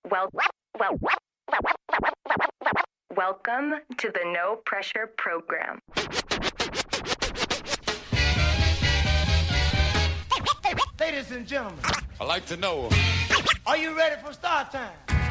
Welcome to the No Pressure Program. Ladies and gentlemen, I'd like to know, are you ready for start time?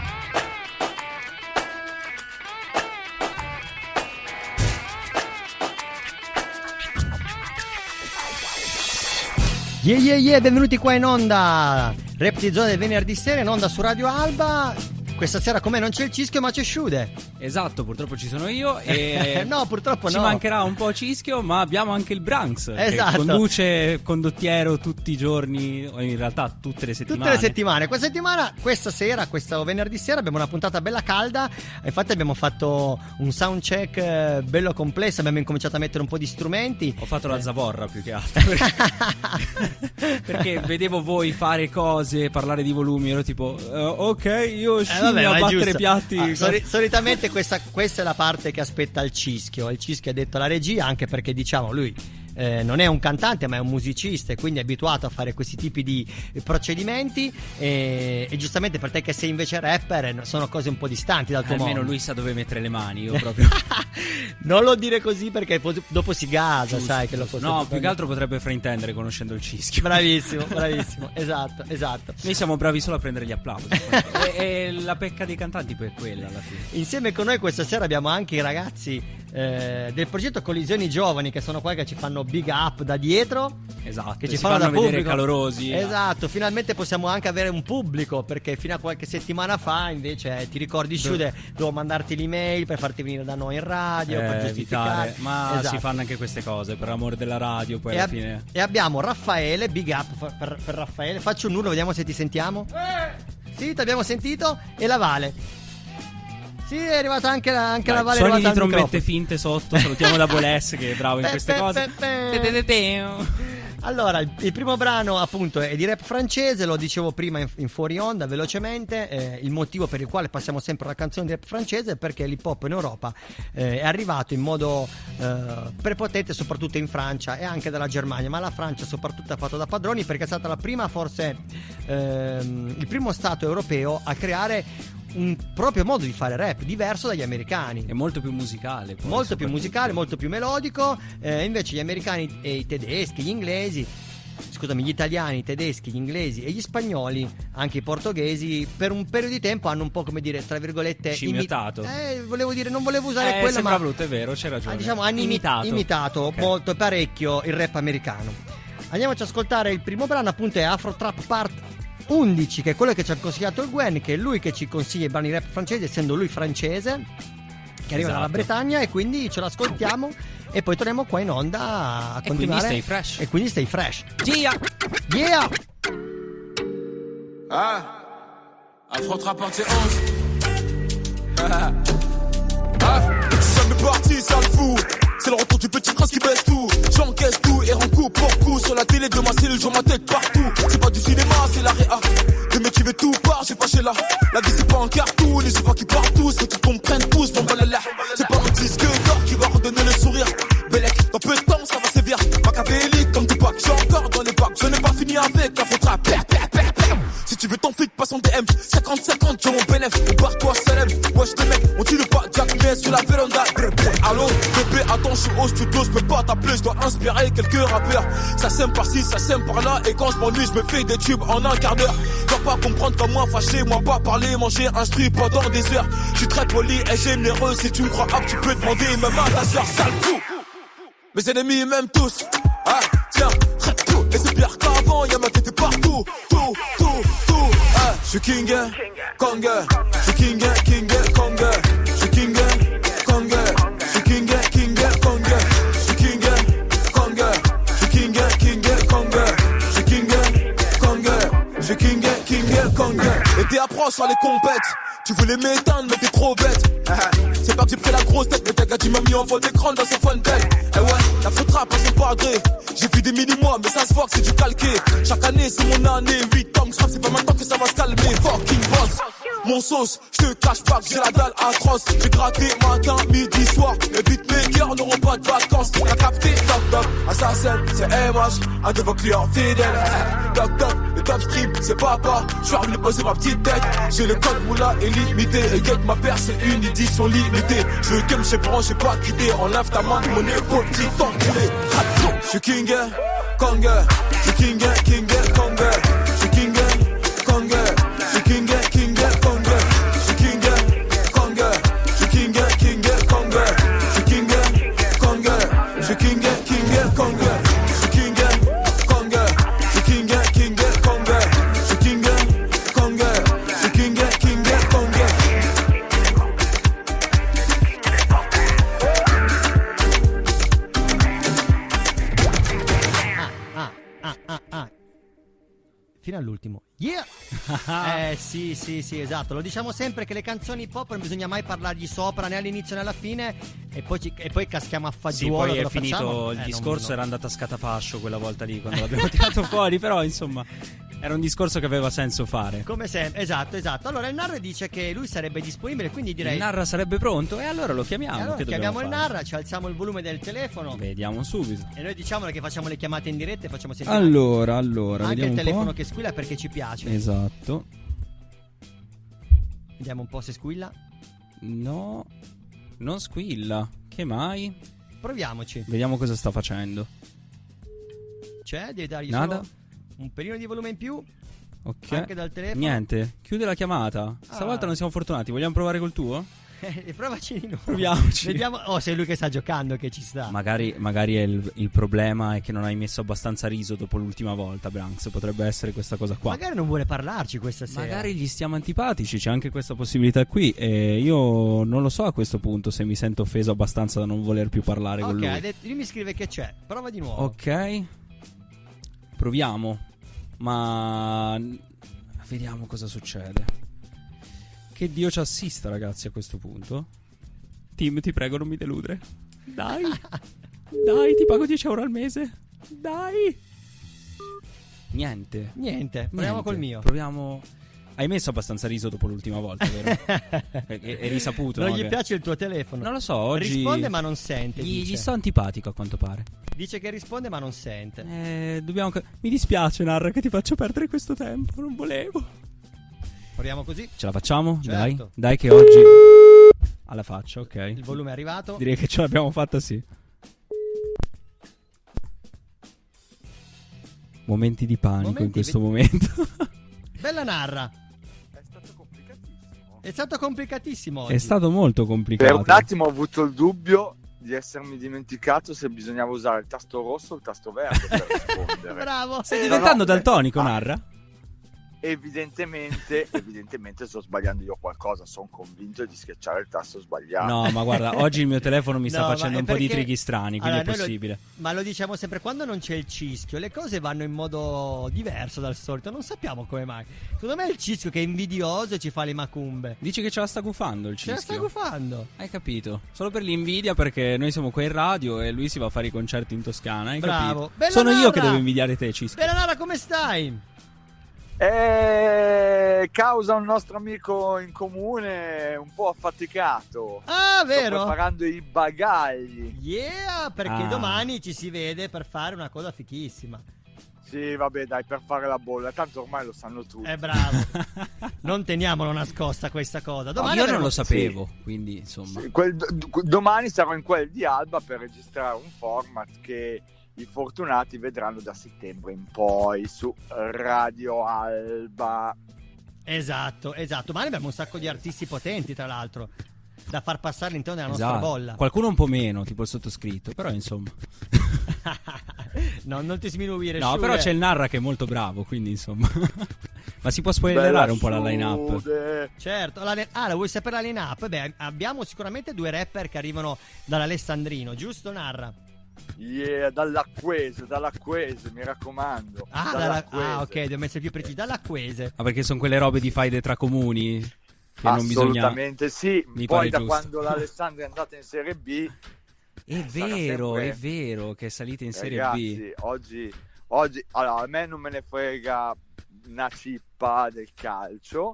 Yeah, benvenuti qua in onda. Reptizone del venerdì sera in onda su Radio Alba. Questa sera con me non c'è il Cischio ma c'è Sciude. Esatto, purtroppo ci sono io e no, purtroppo ci no. mancherà un po' Cischio, ma abbiamo anche il Branks, esatto, che conduce condottiero tutti i giorni, o in realtà tutte le settimane. Tutte le settimane. Questa settimana, questa sera, questo venerdì sera abbiamo una puntata bella calda. Infatti abbiamo fatto un sound check bello complesso, abbiamo incominciato a mettere un po' di strumenti. Ho fatto la zavorra più che altro perché vedevo voi fare cose, parlare di volumi, ero tipo ok, io scimmio a battere piatti. Solitamente questa è la parte che aspetta il Cischio. Il Cischio ha detto alla regia, anche perché diciamo lui non è un cantante ma è un musicista e quindi è abituato a fare questi tipi di procedimenti e giustamente per te che sei invece rapper sono cose un po' distanti dal tuo mondo. Almeno lui sa dove mettere le mani, io proprio non lo dire così perché dopo si gasa, giusto, sai che lo no, più che altro potrebbe fraintendere conoscendo il Cischio. Bravissimo esatto. Noi siamo bravi solo a prendere gli applausi e la pecca dei cantanti poi è quella alla fine. Insieme con noi questa sera abbiamo anche i ragazzi del progetto Collisioni Giovani, che sono qua che ci fanno big up da dietro. Esatto, che ci fanno da vedere pubblico. Calorosi. Esatto, finalmente possiamo anche avere un pubblico, perché fino a qualche settimana fa invece ti ricordi Sciude, dovevo mandarti l'email per farti venire da noi in radio per giustificare. Ma esatto, si fanno anche queste cose per amore della radio poi alla fine. E abbiamo Raffaele, big up per Raffaele. Faccio un urlo, vediamo se ti sentiamo. Sì, ti abbiamo sentito. E la Vale. Sì, è arrivata anche la Vale. Suoni di trombette finte sotto. Salutiamo da Boles che è bravo in queste cose. Allora, il primo brano appunto è di rap francese, lo dicevo prima in fuori onda velocemente. Il motivo per il quale passiamo sempre la canzone di rap francese è perché l'hip hop in Europa è arrivato in modo prepotente soprattutto in Francia e anche dalla Germania, ma la Francia soprattutto ha fatto da padroni perché è stata la prima, forse il primo stato europeo a creare un proprio modo di fare rap diverso dagli americani. È molto più musicale poi, molto più musicale, molto più melodico. Invece gli americani e i tedeschi, gli inglesi, scusami, gli italiani, i tedeschi, gli inglesi e gli spagnoli, anche i portoghesi, per un periodo di tempo hanno un po', come dire, tra virgolette, scimmiottato. Volevo dire, non volevo usare quello, ma brutto, è vero, c'è ragione. Diciamo hanno imitato okay, molto, parecchio il rap americano. Andiamoci ad ascoltare il primo brano, appunto è Afro Trap Part 11, che è quello che ci ha consigliato il Gwen, che è lui che ci consiglia i brani rap francesi, essendo lui francese, che arriva dalla Bretagna, e quindi ce l'ascoltiamo e poi torniamo qua in onda a continuare. E quindi stay fresh. Yeah. Afro Trap Partie 11. Jamais parti, ça le fout. C'est le retour du petit prince qui baisse tout. J'encaisse tout et rends coup pour coup. Sur la télé de ma cellule, je vois ma tête partout. C'est pas du cinéma, c'est la réa. Les mecs qui veulent tout part, j'ai pas chez là. La vie c'est pas un cartoon, les vois qui partent tous. Faut qu'ils comprennent tous, mon balala. C'est pas un disque d'or qui va redonner le sourire. Bellec, dans peu de temps ça va sévir. Machiavélique comme Tupac, j'suis encore dans les bacs. Je n'ai pas fini avec la faute rap. Si tu veux ton feed, passe en DM. 50-50, j'ai mon bénéf. On part toi Salem. Wesh les mecs, on tire pas Jack mais sur la véranda. Allô, bébé, attends, je suis au studio, je peux pas t'appeler, je dois inspirer quelques rappeurs. Ça sème par-ci, ça sème par-là. Et quand je m'ennuie, je me fais des tubes en un quart d'heure. Dois pas comprendre comme moi, fâché, moi pas parler, manger, instruit pendant des heures. Je suis très poli et généreux. Si tu me crois up, tu peux demander même à ta soeur, sale fou. Mes ennemis m'aiment tous. Ah, tiens, traite tout. Et c'est pire qu'avant, y'a ma tête partout. Tout. Ah, je suis King Kong. Je suis King Kong. Je suis King Kong. Je suis King Kong. Je suis King Kong. Je suis King Kong. Je suis King Kong. Je suis King Kong. Et t'es approche sur les compètes. Tu voulais m'éteindre mais t'es trop bête. C'est pas que j'ai pris la grosse tête, mais t'as gars tu m'as mis en fond d'écran dans son fun tech. Eh ouais, la faute rap à son padré. J'ai vu des mini-mois mais ça se voit que c'est du calqué. Chaque année c'est mon année, 8 ans que c'est pas maintenant que ça va se calmer. Fucking boss. mon sauce. Je te cache pas que j'ai la dalle atroce. J'ai gratté matin, midi, soir. Les beatmakers n'auront pas de vacances. T'as capté, toc toc, assassin, c'est MH. Un de vos clients fidèles. Toc toc, le top stream, c'est papa. Je suis revenu poser ma petite tête. J'ai le code moula illimité. Et get ma paire, c'est une édition limitée. Je veux que me chez bron, j'ai pas quitté. Enlève ta main de mon épaule, petit enculé. Je suis king, Kong. Je suis king, Kong. Je suis king, Kong. Je suis king, Kong. Je suis king, Kong. Je suis king, Kong. Je suis king, Kong. Je suis king, Kong. Je suis king, Kong. Je suis king, Kong. Je suis king, Kong. Je suis king, Kong. Fino all'ultimo. Yeah! Sì, esatto. Lo diciamo sempre che le canzoni hip hop non bisogna mai parlargli sopra né all'inizio né alla fine e poi caschiamo a fagiolo. Sì, poi è finito il discorso, era andata a scatafascio quella volta lì quando l'abbiamo tirato fuori, però insomma era un discorso che aveva senso fare. Come sempre, esatto. Allora il Narra dice che lui sarebbe disponibile, quindi direi il Narra sarebbe pronto e allora lo chiamiamo. Allora chiamiamo il Narra, ci alziamo il volume del telefono. Vediamo subito. E noi diciamolo che facciamo le chiamate in diretta e facciamo sentire allora anche il telefono po'. Che squilla perché ci piace. Esatto. Vediamo un po' se squilla. No, non squilla. Che mai? Proviamoci. Vediamo cosa sta facendo. Devi dargli nada, solo un pelino di volume in più. Ok. Anche dal telefono. Niente, chiude la chiamata. Stavolta non siamo fortunati. Vogliamo provare col tuo? Provaci di nuovo. Proviamoci. Vediamo. Oh, sei lui che sta giocando, che ci sta. Magari è il problema è che non hai messo abbastanza riso dopo l'ultima volta, Branks. Potrebbe essere questa cosa qua. Magari non vuole parlarci questa sera. Magari gli stiamo antipatici. C'è anche questa possibilità qui. E io non lo so a questo punto se mi sento offeso abbastanza da non voler più parlare con lui. Ok, lui mi scrive che c'è. Prova di nuovo. Ok. Proviamo. Ma vediamo cosa succede. Che Dio ci assista, ragazzi, a questo punto. Tim, ti prego, non mi deludere. Dai. Dai, ti pago 10 euro al mese. Dai. Niente. Proviamo col mio. Proviamo. Hai messo abbastanza riso dopo l'ultima volta, vero? È risaputo. Non no? gli piace il tuo telefono. Non lo so, oggi risponde ma non sente. Gli sto antipatico a quanto pare. Dice che risponde ma non sente. Mi dispiace, Narra, che ti faccio perdere questo tempo. Non volevo. Proviamo così? Ce la facciamo? Certo. Dai che oggi alla faccia, ok. Il volume è arrivato. Direi che ce l'abbiamo fatta, sì. Momenti di panico in questo momento. Bella Narra. È stato complicatissimo oggi. È stato molto complicato. Per un attimo ho avuto il dubbio di essermi dimenticato se bisognava usare il tasto rosso o il tasto verde per rispondere. Bravo. Stai diventando daltonico, Narra? Evidentemente sto sbagliando io qualcosa. Sono convinto di schiacciare il tasto sbagliato. No, ma guarda, oggi il mio telefono mi sta facendo un po' di trighi strani, quindi allora, è possibile. Ma lo diciamo sempre, quando non c'è il cischio le cose vanno in modo diverso dal solito. Non sappiamo come mai. Secondo me è il cischio che è invidioso e ci fa le macumbe. Dici che ce la sta gufando il cischio? Ce la sta gufando. Hai capito? Solo per l'invidia, perché noi siamo qua in radio e lui si va a fare i concerti in Toscana. Hai Bravo. capito? Sono io che devo invidiare te, cischio. Bella Nara, come stai? Causa un nostro amico in comune un po' affaticato. Ah, vero? Sto preparando i bagagli. Yeah, perché domani ci si vede per fare una cosa fichissima. Sì, vabbè, dai, per fare la bolla. Tanto ormai lo sanno tutti. Bravo. Non teniamolo nascosta questa cosa. Domani io non lo sapevo, quindi insomma. Sì, domani sarò in quel di Alba per registrare un format che i fortunati vedranno da settembre in poi su Radio Alba. Esatto. Domani abbiamo un sacco di artisti potenti, tra l'altro, da far passare all'interno della nostra bolla. Qualcuno un po' meno, tipo il sottoscritto, però insomma. No, non ti sminuire. No, però c'è il Narra che è molto bravo, quindi insomma. Ma si può spoilerare un po' la line-up? Certo, la vuoi sapere la line-up? Beh, abbiamo sicuramente 2 rapper che arrivano dall'Alessandrino, giusto Narra? Yeah, dall'Acquese, mi raccomando. Ok, devo essere più preciso. Dall'Acquese. Perché sono quelle robe di faide tra comuni che non bisogna. Assolutamente sì. Mi poi da giusto. quando l'Alessandro è andata in Serie B. È vero che è salita in Serie B. Oggi allora, a me non me ne frega una cippa del calcio.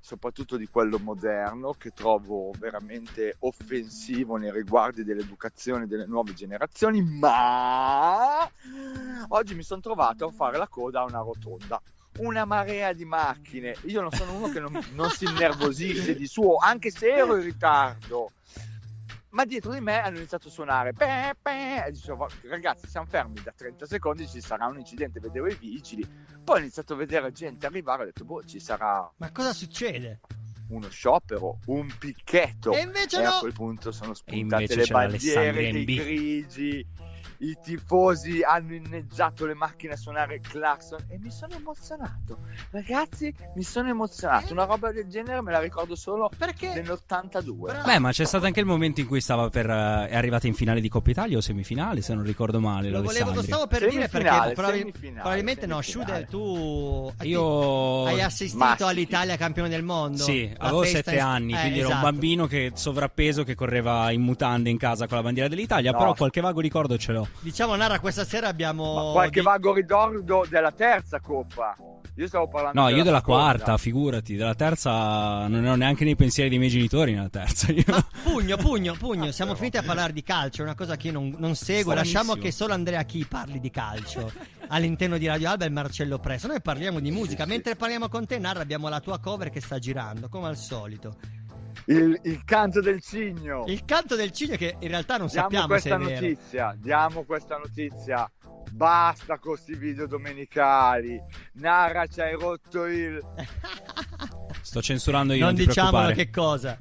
soprattutto di quello moderno, che trovo veramente offensivo nei riguardi dell'educazione delle nuove generazioni, ma oggi mi sono trovato a fare la coda a una rotonda. Una marea di macchine, io non sono uno che non si innervosisce di suo, anche se ero in ritardo, ma dietro di me hanno iniziato a suonare e dicevo, ragazzi, siamo fermi da 30 secondi, ci sarà un incidente. Vedevo i vigili, poi ho iniziato a vedere gente arrivare, ho detto, ci sarà Ma cosa succede? uno sciopero, un picchetto, E invece e no! a quel punto sono spuntate invece le c'era bandiere Alessandria dei in B. grigi, i tifosi hanno inneggiato le macchine a suonare il clacson e mi sono emozionato, ragazzi, mi sono emozionato. Una roba del genere me la ricordo solo Perché? nell'82. Beh, ma c'è stato anche il momento in cui stava per è arrivata in finale di Coppa Italia o semifinale, se non ricordo male. Lo l'Alessandria. stavo per dire, perché Semifinale, probabilmente no, semifinale. Schuder, tu Io hai assistito Maschi. all'Italia campione del mondo? Sì, La avevo festa 7 anni, quindi ero un esatto. bambino che sovrappeso che correva in mutande in casa con la bandiera dell'Italia, No. però qualche vago ricordo ce l'ho. Diciamo, Narra, questa sera abbiamo Ma qualche vago ricordo della terza coppa. Io stavo parlando No, io della seconda. quarta, figurati, della terza non ero neanche nei pensieri dei miei genitori nella terza. Io. Ma pugno, siamo finiti a parlare di calcio, è una cosa che io non seguo. Stranissimo. Lasciamo che solo Andrea Chi parli di calcio all'interno di Radio Alba e Marcello Presso. Noi parliamo di musica, mentre parliamo con te, Narra, abbiamo la tua cover che sta girando, come al solito. Il canto del cigno. Il canto del cigno, che in realtà non Diamo sappiamo se questa è vero. notizia, diamo questa notizia. Basta con questi video domenicali. Narra, ci hai rotto il... Sto censurando io, Non non ti diciamolo preoccupare. che cosa.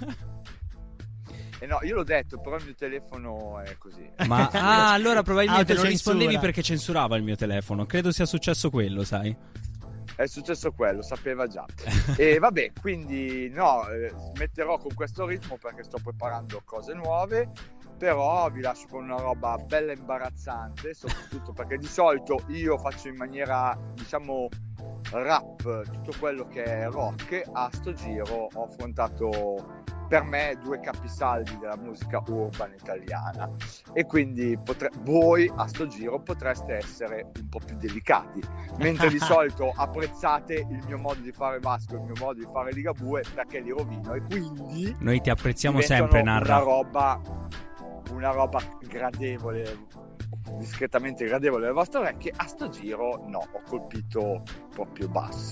No, io l'ho detto, però il mio telefono è così. Ma allora probabilmente non Autocensura. rispondevi perché censurava il mio telefono. Credo sia successo quello, sai. È successo quello, sapeva già. E vabbè, quindi no, smetterò con questo ritmo perché sto preparando cose nuove, però vi lascio con una roba bella imbarazzante, soprattutto perché di solito io faccio in maniera, diciamo, rap tutto quello che è rock. A sto giro ho affrontato per me due capisaldi della musica urban italiana e quindi voi a sto giro potreste essere un po' più delicati, mentre di solito apprezzate il mio modo di fare Vasco, il mio modo di fare Ligabue, perché li rovino e quindi Noi ti apprezziamo diventano sempre, Narra. una roba gradevole, discretamente gradevole alle vostre orecchie. A sto giro no, ho colpito proprio basso.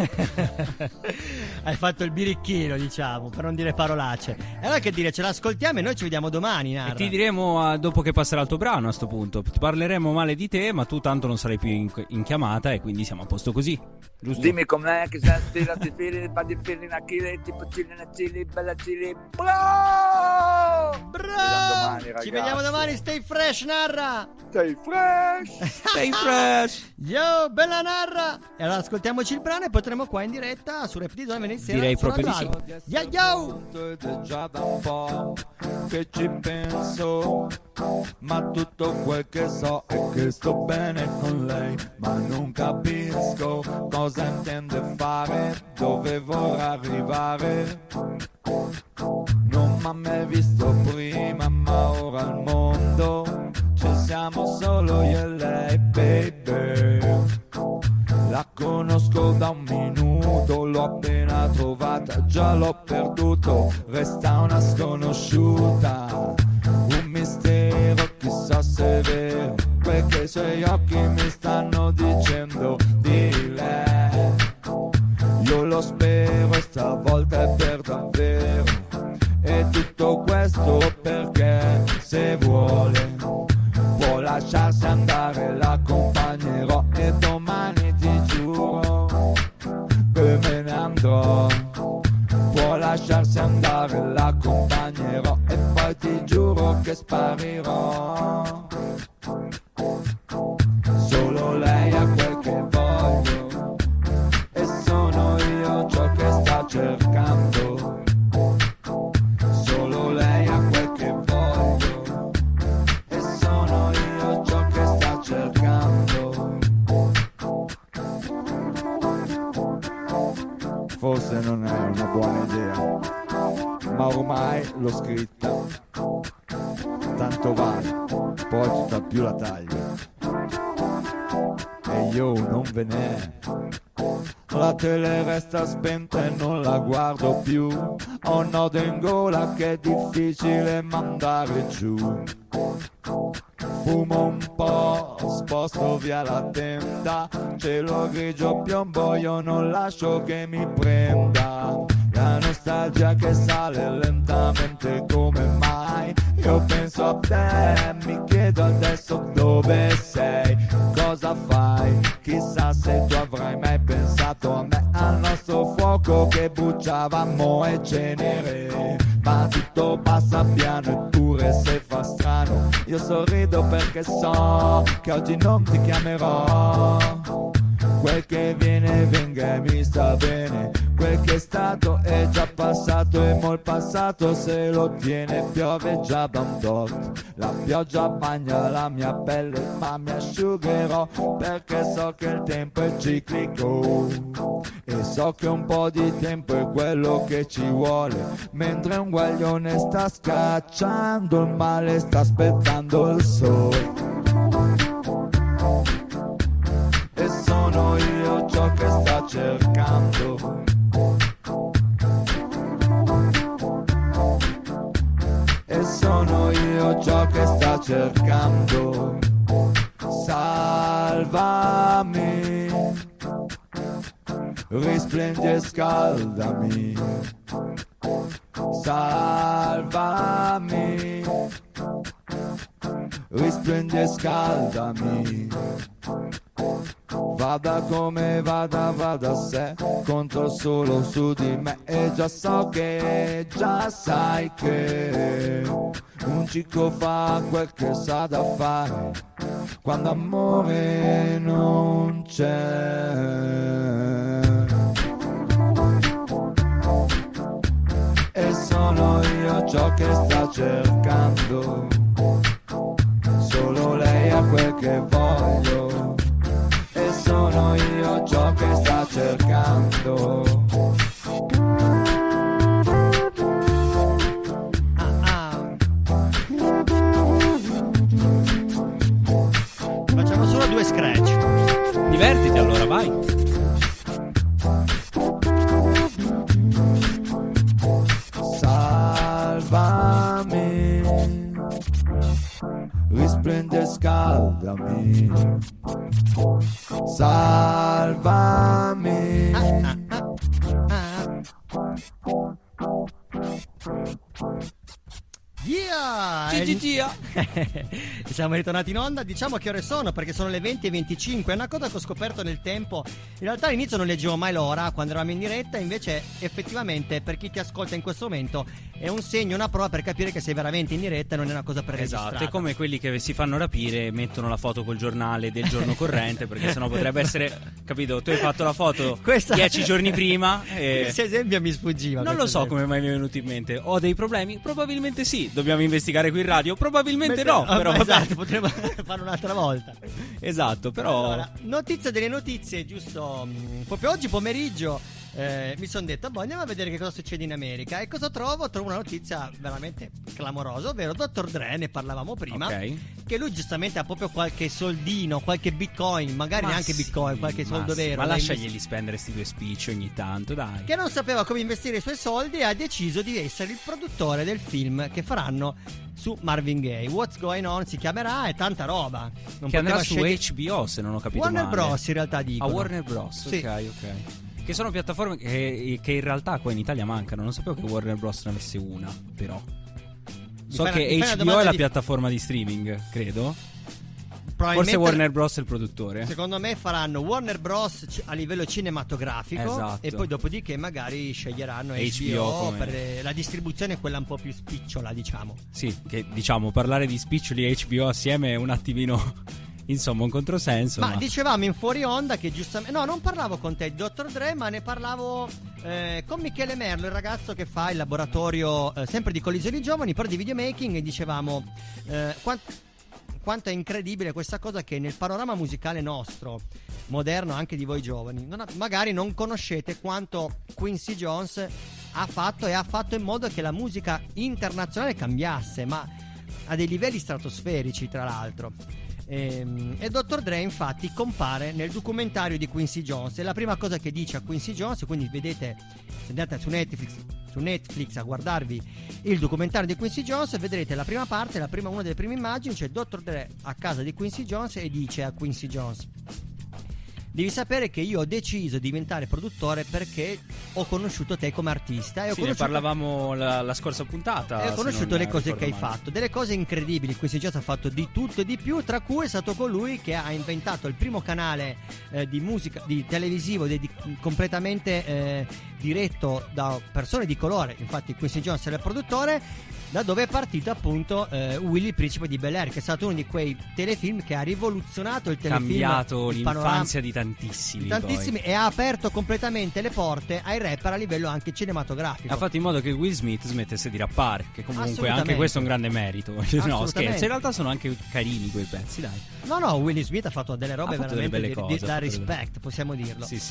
Hai fatto il birichino, diciamo, per non dire parolacce. E allora che dire, ce l'ascoltiamo e noi ci vediamo domani, Narra. E ti diremo dopo che passerà il tuo brano a sto punto. Ti parleremo male di te, ma tu tanto non sarai più in chiamata e quindi siamo a posto così. Giusto? Dimmi com'è che senti la fili, di fili, una chile, tipo chili, bella chili. Bravo! Ci vediamo domani, stay fresh, Narra. Stay fresh! Stay fresh! Yo, bella Narra. E allora ascoltiamoci il brano e potremo qua in diretta su Rap di Zona venerdì sera. Direi su proprio Radio di sì. Alba. Yo! Ed è già da un po' che ci penso, ma tutto quel che so è che sto bene con lei, ma non capisco cosa intende fare, dove vorrà arrivare. Non m'ha mai visto prima, ma ora al mondo ci siamo solo io e lei, baby. La conosco da un minuto, l'ho appena trovata, già l'ho perduto, resta una sconosciuta, un mistero, chissà se è vero, perché i suoi occhi mi stanno dicendo di lei. Io lo spero e stavolta è per davvero, e tutto questo perché se vuole può lasciarsi andare, l'accompagnerò e domani ti giuro che me ne andrò. Può lasciarsi andare, l'accompagnerò e poi ti giuro che sparirò. Solo lei ha quel che voglio e sono io ciò che sta cercando. Solo lei ha quel che voglio e sono io ciò che sta cercando. Forse non è una buona idea, ma ormai l'ho scritta, tanto vale, poi tutta più la taglio e io non ve ne La tele resta spenta e non la guardo più. Ho un nodo in gola che è difficile mandare giù. Fumo un po', sposto via la tenda. Cielo grigio piombo, io non lascio che mi prenda. La nostalgia che sale lentamente, come mai? Io penso a te, mi chiedo adesso dove sei, cosa fai? Chissà se tu avrai mai pensato a me, al nostro fuoco che bruciavamo e cenere. Ma tutto passa piano, eppure se fa strano, io sorrido perché so che oggi non ti chiamerò. Quel che viene venga e mi sta bene, quel che è stato è già passato e mo' il passato se lo tiene. Piove già da un tot, la pioggia bagna la mia pelle, ma mi asciugherò perché so che il tempo è ciclico e so che un po' di tempo è quello che ci vuole. Mentre un guaglione sta scacciando il male, sta aspettando il sole. E sono io ciò che sta cercando. E sono io ciò che sta cercando. Salvami, risplendi e scaldami. Salvami, risplendi e scaldami. Vada come vada, vada se conto solo su di me. E già so che, già sai che un cicco fa quel che sa da fare quando amore non c'è. E sono io ciò che sta cercando, solo lei ha quel che voglio. E sono io ciò che sta cercando. Facciamo solo 2 scratch. Divertiti allora, vai. Salvami, risplendi e scaldami. Salvami. Yeah! Siamo ritornati in onda. Diciamo che ore sono, perché sono le 20:25. È una cosa che ho scoperto nel tempo. In realtà all'inizio non leggevo mai l'ora quando eravamo in diretta. Invece effettivamente per chi ti ascolta in questo momento è un segno, una prova per capire che sei veramente in diretta e non è una cosa preregistrata. Esatto, è come quelli che si fanno rapire e mettono la foto col giornale del giorno corrente, perché sennò potrebbe essere, capito, tu hai fatto la foto 10 giorni prima e... Questo esempio mi sfuggiva. Non lo so come mai mi è venuto in mente. Ho dei problemi? Probabilmente sì. Dobbiamo investigare qui in radio? Probabilmente no, però esatto, potremmo farlo un'altra volta. Esatto, però allora, notizia delle notizie, giusto proprio oggi pomeriggio mi sono detto andiamo a vedere che cosa succede in America. E cosa trovo? Trovo una notizia veramente clamorosa, ovvero Dr. Dre, ne parlavamo prima, che lui giustamente ha proprio qualche soldino, qualche bitcoin, magari neanche bitcoin, qualche soldo vero. Ma lasciagli spendere sti 2 spicci ogni tanto, dai. Che non sapeva come investire i suoi soldi e ha deciso di essere il produttore del film che faranno su Marvin Gaye. What's Going On si chiamerà, e tanta roba. Non che andrà su scegliere... HBO, se non ho capito Warner male. Bros in realtà dicono. Warner Bros, sì. ok. Che sono piattaforme che in realtà qua in Italia mancano. Non sapevo che Warner Bros ne avesse una, però. So che HBO è la piattaforma di streaming, credo. Forse Warner Bros è il produttore. Secondo me faranno Warner Bros a livello cinematografico, esatto. E poi dopodiché magari sceglieranno HBO per la distribuzione, quella un po' più spicciola, diciamo. Sì, che diciamo parlare di spiccioli e HBO assieme è un attimino insomma un controsenso. Ma dicevamo in fuori onda che giustamente no, non parlavo con te di Dr. Dre, ma ne parlavo con Michele Merlo, il ragazzo che fa il laboratorio sempre di Collisioni Giovani, però di videomaking, e dicevamo quanto è incredibile questa cosa, che nel panorama musicale nostro moderno, anche di voi giovani, magari non conoscete quanto Quincy Jones ha fatto, e ha fatto in modo che la musica internazionale cambiasse, ma a dei livelli stratosferici, tra l'altro. E Dr. Dre infatti compare nel documentario di Quincy Jones. E la prima cosa che dice a Quincy Jones, quindi vedete, se andate su Netflix a guardarvi il documentario di Quincy Jones, vedrete la prima parte, una delle prime immagini, c'è Dr. Dre a casa di Quincy Jones e dice a Quincy Jones: devi sapere che io ho deciso di diventare produttore perché ho conosciuto te come artista e ne parlavamo la scorsa puntata. E ho conosciuto le cose che hai male. fatto, delle cose incredibili. Quincy Jones ha fatto di tutto e di più, tra cui è stato colui che ha inventato il primo canale di musica, di televisivo completamente diretto da persone di colore. Infatti Quincy Jones era il produttore, da dove è partito appunto Willy il principe di Bel-Air, che è stato uno di quei telefilm che ha rivoluzionato il telefilm, cambiato il l'infanzia di tantissimi poi. E ha aperto completamente le porte ai rapper a livello anche cinematografico. Ha fatto in modo che Will Smith smettesse di rappare, che comunque anche questo è un grande merito. No, scherzo, in realtà sono anche carini quei pezzi, dai. No, Will Smith ha fatto delle robe veramente delle belle cose, da rispetto, possiamo dirlo. Sì.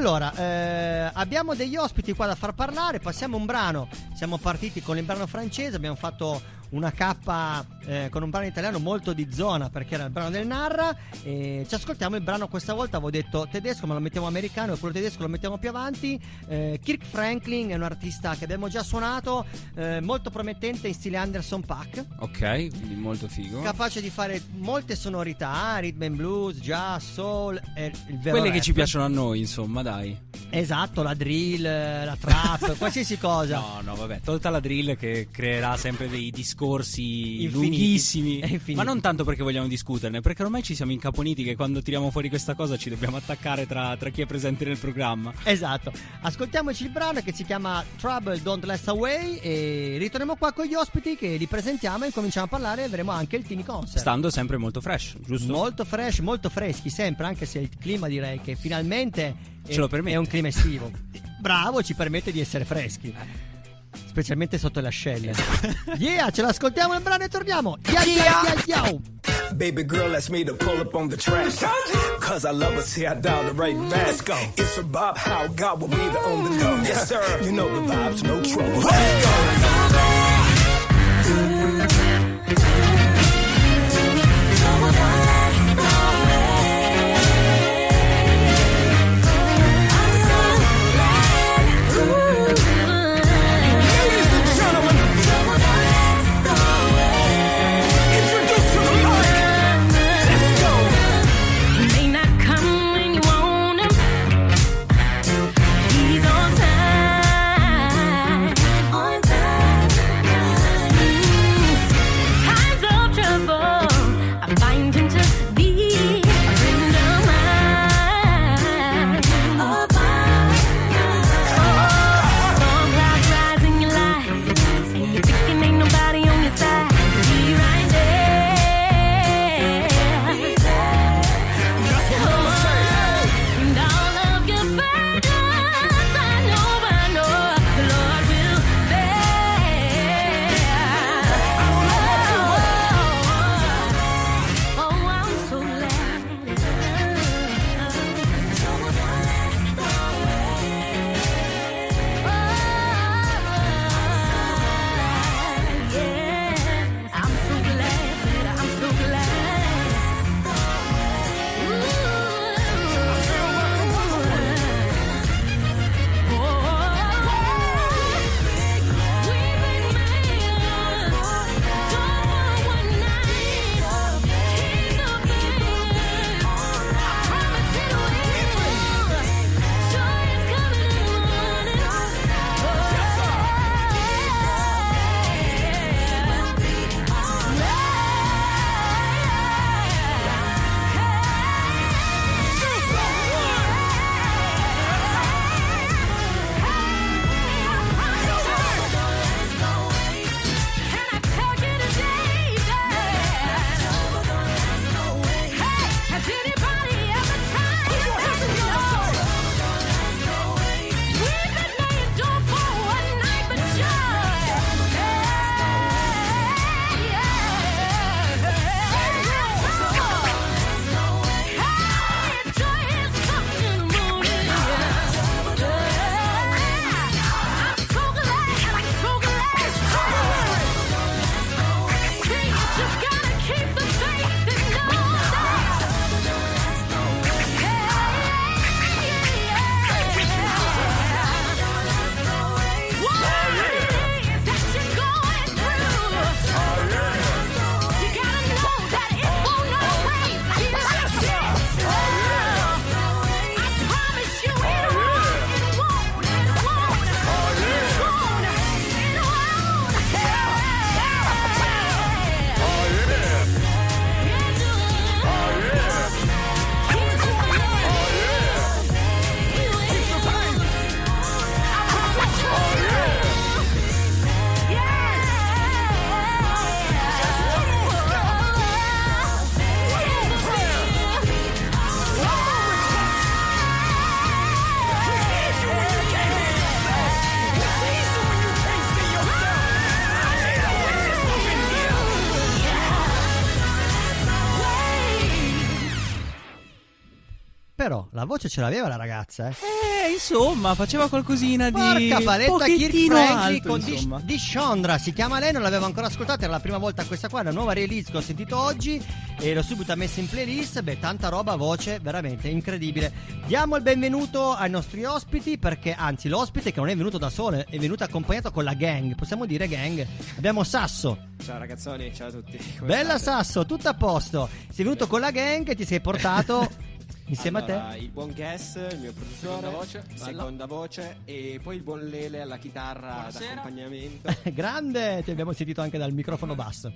Allora, abbiamo degli ospiti qua da far parlare, passiamo un brano. Siamo partiti con il brano francese, abbiamo fatto una cappa con un brano italiano molto di zona, perché era il brano del Narra, e ci ascoltiamo il brano. Questa volta avevo detto tedesco, ma lo mettiamo americano, e quello tedesco lo mettiamo più avanti. Kirk Franklin è un artista che abbiamo già suonato, molto promettente in stile Anderson .Paak. Ok, quindi molto figo, capace di fare molte sonorità, rhythm and blues, jazz, soul, il vero quelle rap. che ci piacciono a noi, insomma, dai. Esatto, la drill, la trap, qualsiasi cosa. No, vabbè, tolta la drill che creerà sempre dei discorsi Infiniti, lunghissimi, ma non tanto perché vogliamo discuterne, perché ormai ci siamo incaponiti che quando tiriamo fuori questa cosa ci dobbiamo attaccare tra chi è presente nel programma. Esatto, ascoltiamoci il brano che si chiama Trouble Don't Last Away e ritorniamo qua con gli ospiti che li presentiamo e cominciamo a parlare, e avremo anche il Tini Concert. Stando sempre molto fresh, giusto? Molto fresh, molto freschi sempre, anche se il clima direi che finalmente ce lo permette. È un clima estivo. Bravo, ci permette di essere freschi, specialmente sotto le ascelle. Yeah, ce l'ascoltiamo il brano e torniamo. Yeah. Baby girl, that's me to pull up on the track. Cause I love her, see I dial the right back. Let's go. It's about how God will be the only love. Yes, sir. You know the vibes, no trouble. Let's go. On time. La voce ce l'aveva la ragazza, Insomma, faceva qualcosina di Porca paletta, Kirk pochettino Franklin alto, con insomma. di Shondra si chiama lei, non l'avevo ancora ascoltata, era la prima volta questa qua, la nuova release che ho sentito oggi e l'ho subito messa in playlist. Beh, tanta roba, voce veramente incredibile. Diamo il benvenuto ai nostri ospiti, perché anzi l'ospite che non è venuto da solo, è venuto accompagnato con la gang, possiamo dire gang. Abbiamo Sasso. Ciao ragazzoni, ciao a tutti. Come Bella state? Sasso, tutto a posto. Sei venuto con la gang e ti sei portato insieme a Allora, te il buon Guess, il mio produttore, seconda voce, e poi il buon Lele alla chitarra d'accompagnamento. grande, ti abbiamo sentito anche dal microfono basso.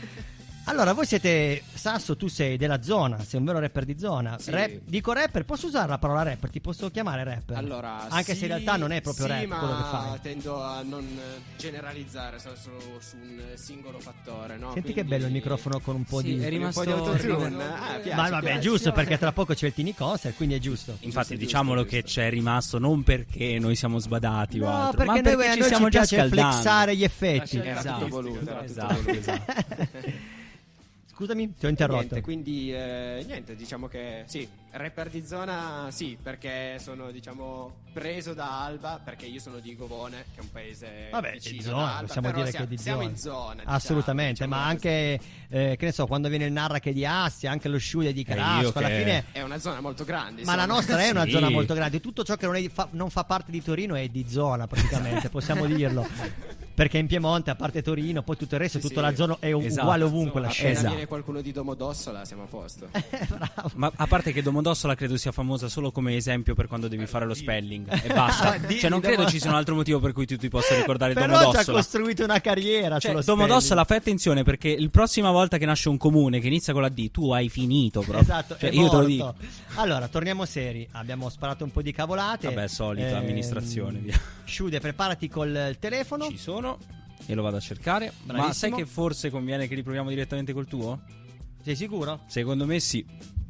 Allora, voi siete, Sasso, tu sei della zona, sei un vero rapper di zona. Sì. Dico rapper, posso usare la parola rapper? Ti posso chiamare rapper? Allora, anche se in realtà non è proprio rap ma quello che fai. tendo a non generalizzare solo su un singolo fattore, no? Senti Quindi- che bello il microfono con un po' Sì, di... è rimasto un po' di autotune. ridere. Piace, Ma vabbè, piace. giusto, perché tra poco c'è il Tini Concert, quindi è giusto. Infatti, Giusto, diciamolo giusto. che c'è rimasto non perché noi siamo sbadati o No, altro, perché ma noi, perché a ci noi stiamo ci già piace scaldando. flexare gli effetti. Era tutto voluto, era tutto esatto, voluto. esatto. Scusami, ti ho interrotto. Niente, quindi niente, diciamo che sì, rapper di zona sì, perché sono diciamo preso da Alba, perché io sono di Govone, che è un paese Vabbè, vicino di ad zona, Alba, possiamo però dire che è di siamo zona. in zona, diciamo, Assolutamente, diciamo ma così. anche, che ne so, quando viene il Narra che è di Assia, anche lo Sciuglia di io Carasco, alla che- fine... È una zona molto grande. Ma la insomma. nostra è una Sì. zona molto grande. Tutto ciò che non fa parte di Torino è di zona, praticamente, possiamo dirlo. Perché in Piemonte, a parte Torino, poi tutto il resto, Sì, tutta sì. la zona è Esatto. uguale ovunque. La Appena scena. viene qualcuno di Domodossola siamo a posto. Bravo. Ma a parte che Domodossola credo sia famosa solo come esempio per quando devi fare lo spelling e basta. Cioè non credo ci sia un altro motivo per cui tu ti possa ricordare Però ci ha Domodossola. costruito una carriera. Cioè, sullo Domodossola, fai attenzione perché la prossima volta che nasce un comune che inizia con la D, tu hai finito proprio. Esatto, Cioè, è io te lo morto. dico. Allora, torniamo seri. Abbiamo sparato un po' di cavolate. Vabbè, solita amministrazione, via. Sciude, preparati col telefono. Ci sono e lo vado a cercare. Ma Bravissimo. sai che forse conviene che li proviamo direttamente col tuo? Sei sicuro? Secondo me sì.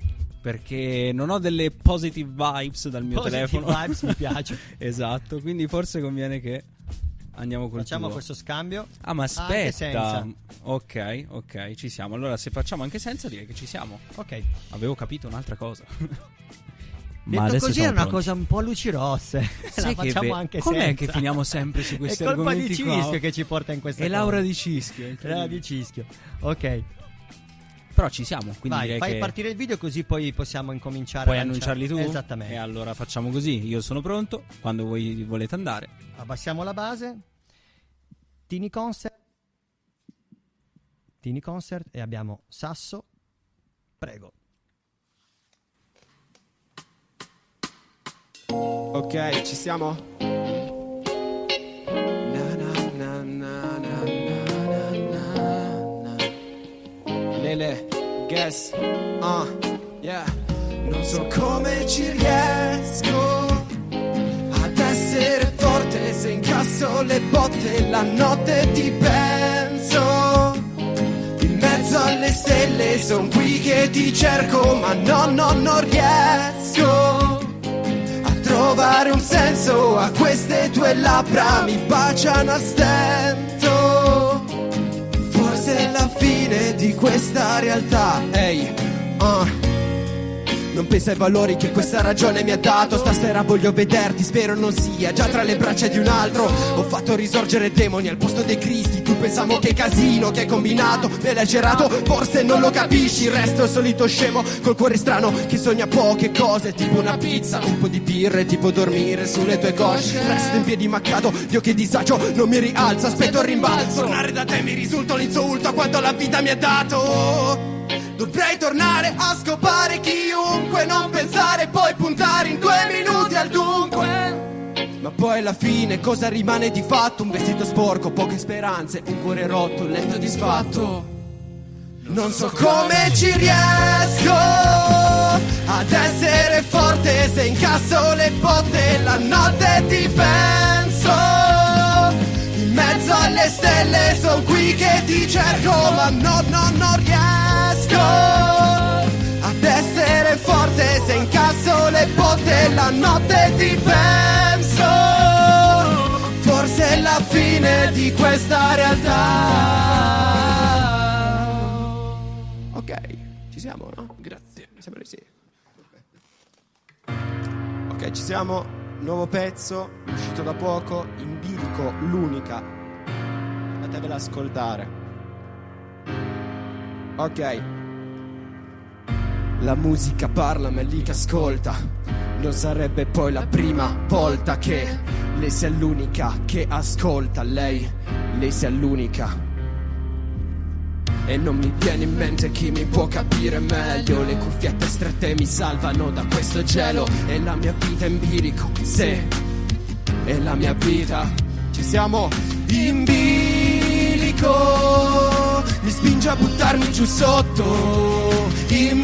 Perché non ho delle positive vibes dal mio Positive telefono. vibes, mi piace. Esatto, quindi forse conviene che andiamo col Facciamo tuo. questo scambio. Ah, ma Anche senza. aspetta. Ok, ci siamo. Allora, se facciamo anche senza, direi che ci siamo. Ok. Avevo capito un'altra cosa. Ma Detto adesso così siamo era una pronti. cosa un po' luci rosse. Sai La che facciamo anche com'è senza. che finiamo sempre su questi È colpa di argomenti qua? Cischio che ci porta in questa È cosa. Laura di Cischio. è Laura incredibile. di Cischio. Ok. Però ci siamo, quindi Vai, direi fai che partire il video così poi possiamo incominciare. puoi a lanciare. annunciarli tu? Esattamente. E allora facciamo così. Io sono pronto. Quando voi volete andare. Abbassiamo la base. Tini Concert e abbiamo Sasso. Prego. Ok, ci siamo? Na, na, na, na, na, na, na, na. Lele, Guess, yeah. Non so come ci riesco ad essere forte se incasso le botte la notte ti penso. In mezzo alle stelle son qui che ti cerco ma non riesco a trovare un senso a queste tue labbra mi baciano a stento. Forse è la fine di questa realtà. Ehi, non pensa ai valori che questa ragione mi ha dato. Stasera voglio vederti, spero non sia già tra le braccia di un altro. Ho fatto risorgere demoni al posto dei cristi. Tu pensavo che casino che hai combinato, me l'hai gerato, forse non lo capisci. Il resto è il solito scemo col cuore strano che sogna poche cose, tipo una pizza, un po' di birre, tipo dormire sulle tue cosce. Resto in piedi maccato, Dio che disagio, non mi rialzo, aspetto il rimbalzo. Tornare da te mi risulta un insulto a quanto la vita mi ha dato. Dovrei tornare a scopare chiunque, non pensare, poi puntare in 2 minuti al dunque. Ma poi alla fine cosa rimane di fatto? Un vestito sporco, poche speranze, un cuore rotto, un letto disfatto. Non so come ci riesco ad essere forte se incasso le botte la notte ti penso. In mezzo alle stelle son qui che ti cerco ma non riesco ad essere forte se incasso le botte la notte ti penso. Forse è la fine di questa realtà. Ok, ci siamo, no? Grazie, mi sembra di sì. Ok, ci siamo. Nuovo pezzo, uscito da poco, in bilico, l'unica. Andatevela ad ascoltare. Ok. La musica parla, ma è lì che ascolta. Non sarebbe poi la prima volta che lei sia l'unica che ascolta. Lei sia l'unica. E non mi viene in mente chi mi può capire meglio. Le cuffiette strette mi salvano da questo gelo. E la mia vita in bilico, sì, è la mia vita. Ci siamo in bilico. Mi spinge a buttarmi giù sotto. In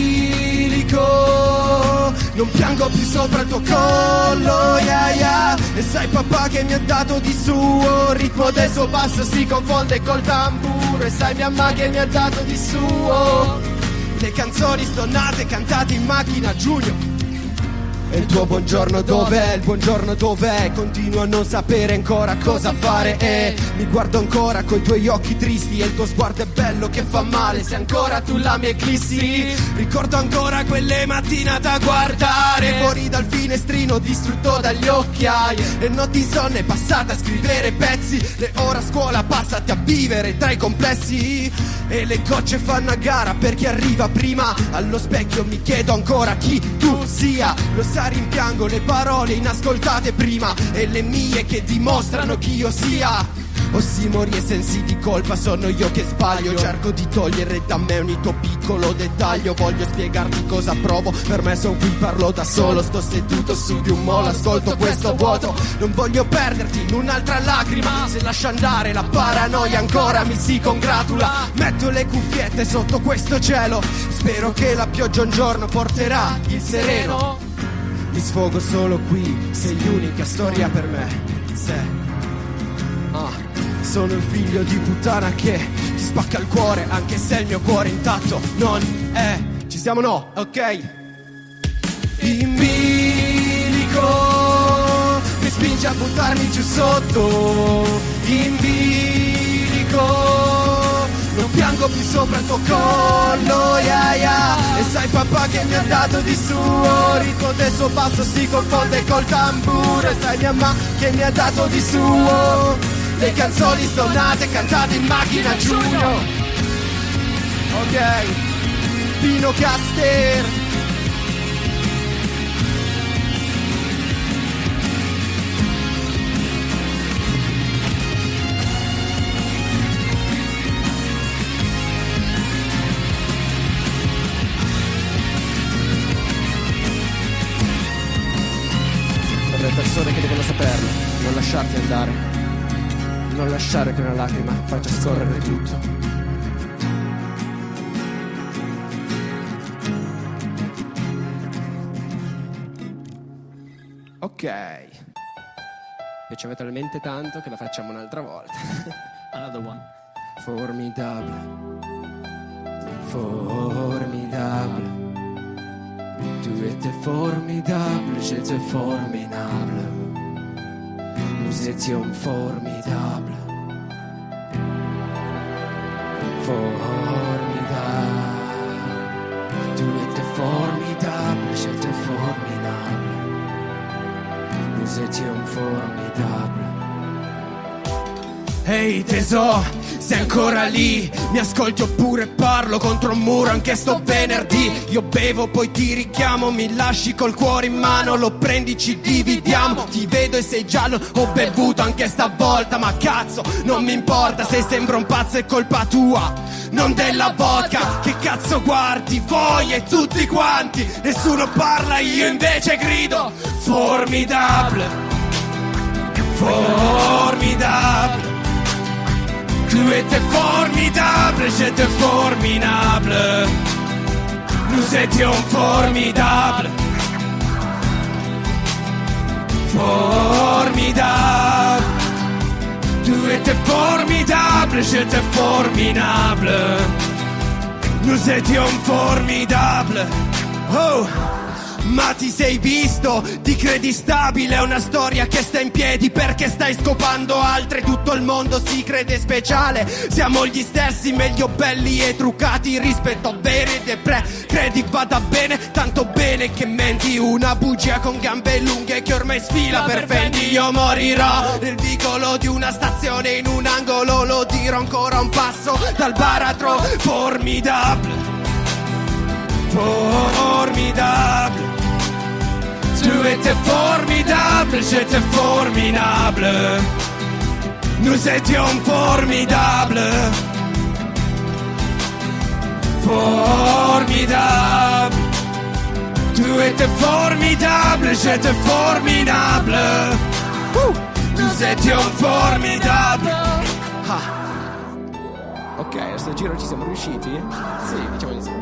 bilico. Non piango più sopra il tuo collo, yeah, yeah. E sai papà che mi ha dato di suo. Il ritmo del suo basso si confonde col tamburo. E sai mia mamma che mi ha dato di suo. Le canzoni stonate cantate in macchina a giugno. E il tuo buongiorno dov'è? Il buongiorno dov'è? Continuo a non sapere ancora cosa fare. E mi guardo ancora coi tuoi occhi tristi. E il tuo sguardo è bello che fa male. Sei ancora tu la mia eclissi. Ricordo ancora quelle mattinate a guardare fuori dal finestrino distrutto dagli occhiai. Le notti insonne passate a scrivere pezzi. Le ore a scuola passate a vivere tra i complessi. E le gocce fanno a gara per chi arriva prima. Allo specchio mi chiedo ancora chi tu sia. Lo sai, rimpiango le parole inascoltate prima e le mie che dimostrano chi io sia. Ossimori e sensi di colpa, sono io che sbaglio. Cerco di togliere da me ogni tuo piccolo dettaglio. Voglio spiegarti cosa provo, per me son qui, parlo da solo. Sto seduto su di un molo, ascolto questo vuoto. Non voglio perderti in un'altra lacrima. Se lascio andare la paranoia ancora mi si congratula. Metto le cuffiette sotto questo cielo. Spero che la pioggia un giorno porterà il sereno. Mi sfogo solo qui, sei l'unica storia per me. Sono il figlio di puttana che ti spacca il cuore, anche se il mio cuore intatto non è. Ci siamo, no? Ok. In bilico mi spinge a buttarmi giù sotto. In bilico non piango più sopra il tuo collo, yeah, yeah. E sai papà che mi ha dato di suo. Il ritmo del suo basso si confonde col tamburo. E sai mia mamma che mi ha dato di suo. Le canzoni stonate cantate in macchina a giugno. Ok. Pino Caster. Per le persone che devono saperlo, non lasciarti andare. Non lasciare che una lacrima faccia scorrere tutto. Ok. Piaceva talmente tanto che la facciamo un'altra volta. Another one. Formidable. Formidable. Tu étais formidable, j'étais formidable. Nous étions formidables. Formidable. Tu étais formidable, j'étais formidable. Nous étions formidables. Ehi tesoro, sei ancora lì? Mi ascolti oppure parlo contro un muro anche sto venerdì? Io bevo poi ti richiamo, mi lasci col cuore in mano, lo prendi ci dividiamo. Ti vedo e sei giallo, ho bevuto anche stavolta, ma cazzo non mi importa se sembra un pazzo, è colpa tua, non della vodka. Che cazzo guardi? Voi e tutti quanti, nessuno parla, io invece grido formidable. Formidable. Tu étais formidable, j'étais formidable. Nous étions formidables. Formidable. Tu étais formidable, j'étais formidable. Nous étions formidables. Oh, ma ti sei visto, ti credi stabile, è una storia che sta in piedi perché stai scopando altre, tutto il mondo si crede speciale, siamo gli stessi, meglio belli e truccati rispetto a veri e depre, credi vada bene, tanto bene che menti, una bugia con gambe lunghe che ormai sfila per Fendi, io morirò nel vicolo di una stazione in un angolo, lo dirò ancora un passo dal baratro, formidable, formidable. Tu étais formidable, j'étais formidable. Nous étions formidables. Formidable. Tu étais formidable, j'étais formidable. Nous étions formidables. Ah. Ok, a sto giro ci siamo riusciti? Sì, diciamo di sì.